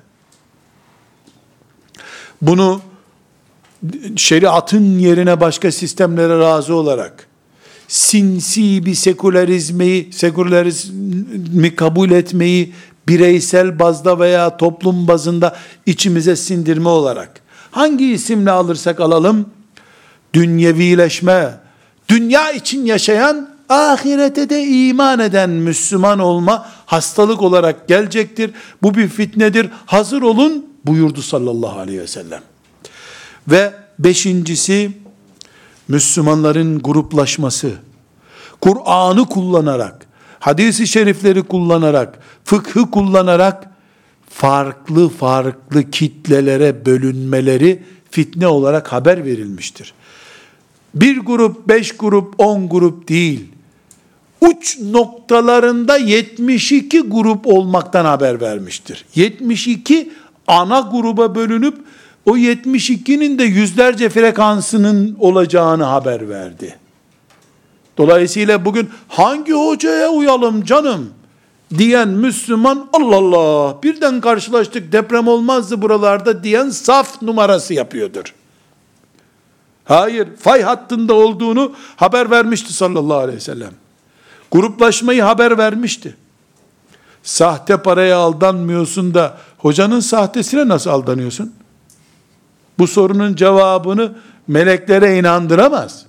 Bunu şeriatın yerine başka sistemlere razı olarak, sinsi bir sekülerizmi, sekülerizmi kabul etmeyi bireysel bazda veya toplum bazında içimize sindirme olarak, hangi isimle alırsak alalım, dünyevileşme, dünya için yaşayan, ahirete de iman eden Müslüman olma hastalık olarak gelecektir. Bu bir fitnedir. Hazır olun buyurdu sallallahu aleyhi ve sellem. Ve beşincisi, Müslümanların gruplaşması. Kur'an'ı kullanarak, hadis-i şerifleri kullanarak, fıkhı kullanarak, farklı farklı kitlelere bölünmeleri fitne olarak haber verilmiştir. Bir grup, beş grup, on grup değil, uç noktalarında yetmiş iki grup olmaktan haber vermiştir. yetmiş iki ana gruba bölünüp, o yetmiş ikinin de yüzlerce frekansının olacağını haber verdi. Dolayısıyla bugün hangi hocaya uyalım canım diyen Müslüman, Allah Allah birden karşılaştık deprem olmazdı buralarda diyen saf numarası yapıyordur. Hayır, fay hattında olduğunu haber vermişti sallallahu aleyhi ve sellem. Gruplaşmayı haber vermişti. Sahte paraya aldanmıyorsun da hocanın sahtesine nasıl aldanıyorsun? Bu sorunun cevabını meleklere inandıramaz.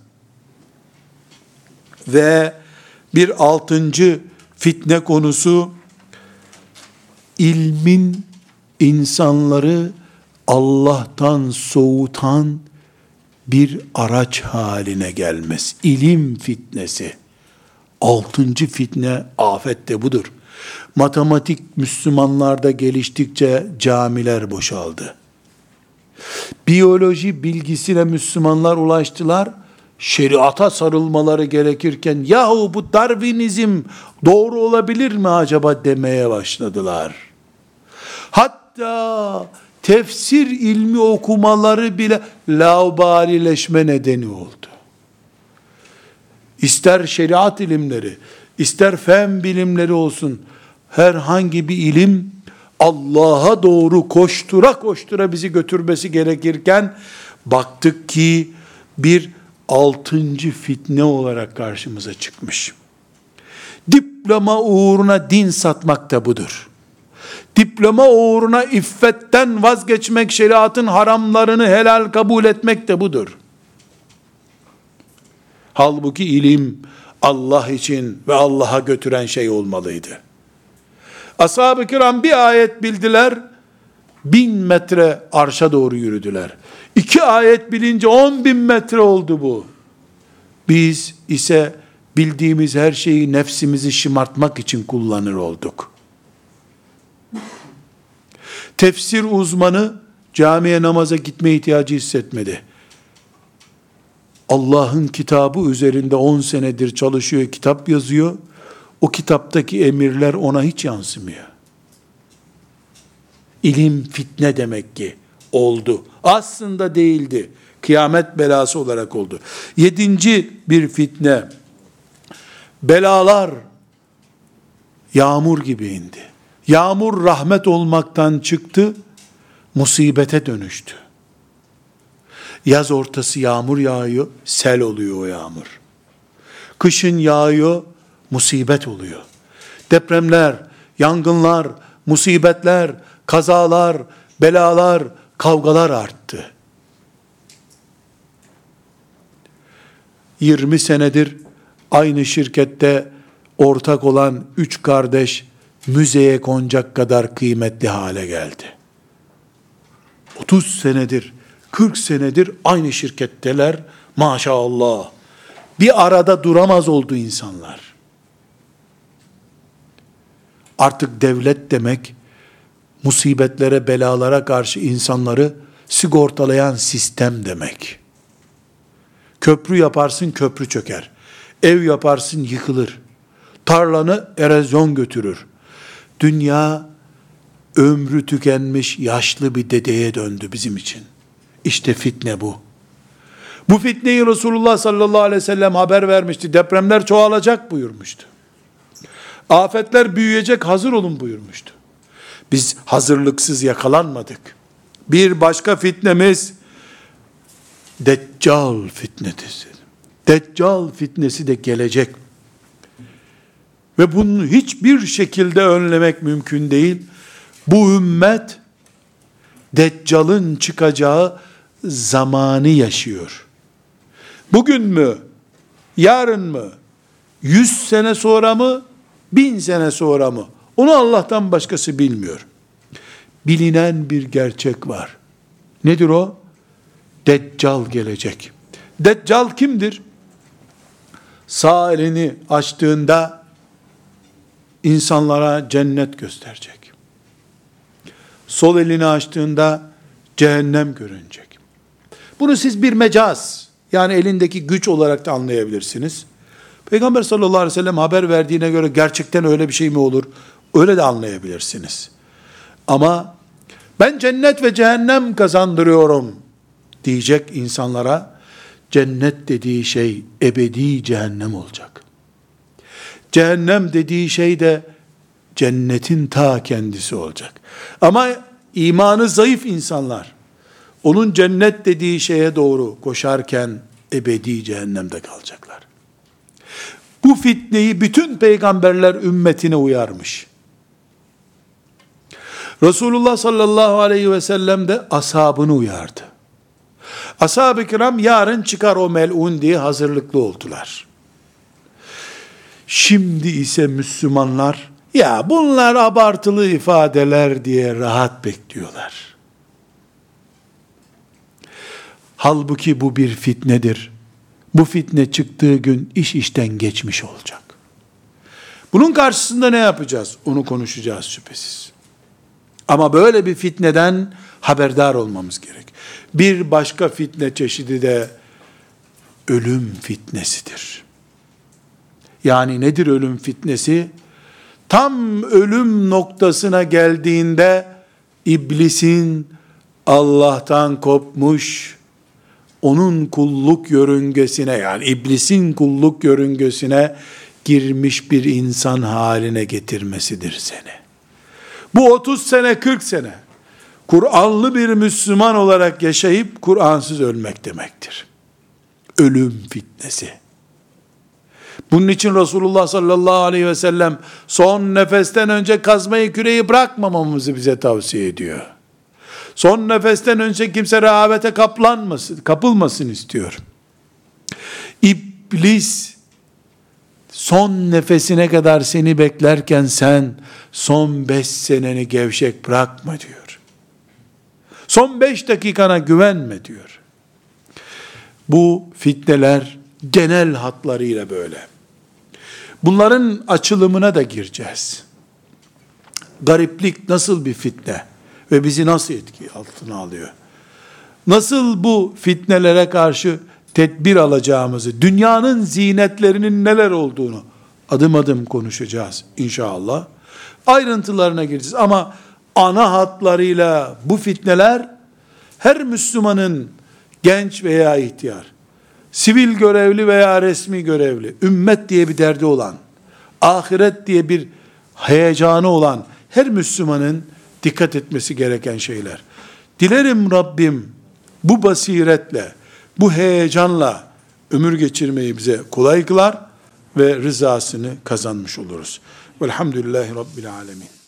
Ve bir altıncı fitne konusu, ilmin insanları Allah'tan soğutan bir araç haline gelmez. İlim fitnesi. Altıncı fitne, afet de budur. Matematik Müslümanlarda geliştikçe camiler boşaldı. Biyoloji bilgisine Müslümanlar ulaştılar. Şeriata sarılmaları gerekirken, yahu bu Darwinizm doğru olabilir mi acaba demeye başladılar. Hatta tefsir ilmi okumaları bile laubalileşme nedeni oldu. İster şeriat ilimleri, ister fen bilimleri olsun, herhangi bir ilim Allah'a doğru koştura koştura bizi götürmesi gerekirken, baktık ki bir altıncı fitne olarak karşımıza çıkmış. Diploma uğruna din satmak da budur. Diploma uğruna iffetten vazgeçmek, şeriatın haramlarını helal kabul etmek de budur. Halbuki ilim Allah için ve Allah'a götüren şey olmalıydı. Ashab-ı kiram bir ayet bildiler, bin metre arşa doğru yürüdüler. İki ayet bilince on bin metre oldu bu. Biz ise bildiğimiz her şeyi nefsimizi şımartmak için kullanır olduk. Tefsir uzmanı camiye namaza gitme ihtiyacı hissetmedi. Allah'ın kitabı üzerinde on senedir çalışıyor, kitap yazıyor. O kitaptaki emirler ona hiç yansımıyor. İlim fitne demek ki oldu. Aslında değildi. Kıyamet belası olarak oldu. Yedinci bir fitne. Belalar yağmur gibi indi. Yağmur rahmet olmaktan çıktı, musibete dönüştü. Yaz ortası yağmur yağıyor, sel oluyor o yağmur. Kışın yağıyor, musibet oluyor. Depremler, yangınlar, musibetler, kazalar, belalar, kavgalar arttı. yirmi senedir aynı şirkette ortak olan üç kardeş müzeye konacak kadar kıymetli hale geldi. otuz senedir, kırk senedir aynı şirketteler. Maşallah. Bir arada duramaz oldu insanlar. Artık devlet demek, musibetlere, belalara karşı insanları sigortalayan sistem demek. Köprü yaparsın, köprü çöker. Ev yaparsın, yıkılır. Tarlanı erozyon götürür. Dünya ömrü tükenmiş yaşlı bir dedeye döndü bizim için. İşte fitne bu. Bu fitneyi Resulullah sallallahu aleyhi ve sellem haber vermişti. Depremler çoğalacak buyurmuştu. Afetler büyüyecek, hazır olun buyurmuştu. Biz hazırlıksız yakalanmadık. Bir başka fitnemiz Deccal fitnesi. Deccal fitnesi de gelecek. Ve bunu hiçbir şekilde önlemek mümkün değil. Bu ümmet Deccal'ın çıkacağı zamanı yaşıyor. Bugün mü? Yarın mı? Yüz sene sonra mı? Bin sene sonra mı? Onu Allah'tan başkası bilmiyor. Bilinen bir gerçek var. Nedir o? Deccal gelecek. Deccal kimdir? Sağ elini açtığında insanlara cennet gösterecek. Sol elini açtığında cehennem görünecek. Bunu siz bir mecaz, yani elindeki güç olarak da anlayabilirsiniz. Peygamber sallallahu aleyhi ve sellem haber verdiğine göre gerçekten öyle bir şey mi olur? Öyle de anlayabilirsiniz. Ama ben cennet ve cehennem kazandırıyorum diyecek insanlara, cennet dediği şey ebedi cehennem olacak. Cehennem dediği şey de cennetin ta kendisi olacak. Ama imanı zayıf insanlar, onun cennet dediği şeye doğru koşarken ebedi cehennemde kalacaklar. Bu fitneyi bütün peygamberler ümmetine uyarmış. Resulullah sallallahu aleyhi ve sellem de ashabını uyardı. Ashab-ı kiram yarın çıkar o mel'un diye hazırlıklı oldular. Şimdi ise Müslümanlar, ya bunlar abartılı ifadeler diye rahat bekliyorlar. Halbuki bu bir fitnedir. Bu fitne çıktığı gün iş işten geçmiş olacak. Bunun karşısında ne yapacağız? Onu konuşacağız şüphesiz. Ama böyle bir fitneden haberdar olmamız gerek. Bir başka fitne çeşidi de ölüm fitnesidir. Yani nedir ölüm fitnesi? Tam ölüm noktasına geldiğinde iblisin Allah'tan kopmuş, onun kulluk yörüngesine, yani iblisin kulluk yörüngesine girmiş bir insan haline getirmesidir seni. Bu otuz sene, kırk sene Kur'anlı bir Müslüman olarak yaşayıp Kur'ansız ölmek demektir. Ölüm fitnesi. Bunun için Resulullah sallallahu aleyhi ve sellem son nefesten önce kazmayı, küreği bırakmamamızı bize tavsiye ediyor. Son nefesten önce kimse rehavete kaplanmasın, kapılmasın istiyor. İblis son nefesine kadar seni beklerken sen son beş seneni gevşek bırakma diyor. Son beş dakikana güvenme diyor. Bu fitneler genel hatlarıyla böyle. Bunların açılımına da gireceğiz. Gariplik nasıl bir fitne? ve bizi nasıl etki altına alıyor? Nasıl bu fitnelere karşı tedbir alacağımızı, dünyanın zinetlerinin neler olduğunu adım adım konuşacağız inşallah. Ayrıntılarına gireceğiz ama ana hatlarıyla bu fitneler her Müslümanın, genç veya ihtiyar, sivil görevli veya resmi görevli, ümmet diye bir derdi olan, ahiret diye bir heyecanı olan her Müslümanın dikkat etmesi gereken şeyler. Dilerim Rabbim bu basiretle, bu heyecanla ömür geçirmeyi bize kolay kılar ve rızasını kazanmış oluruz. Velhamdülillahi Rabbil Alemin.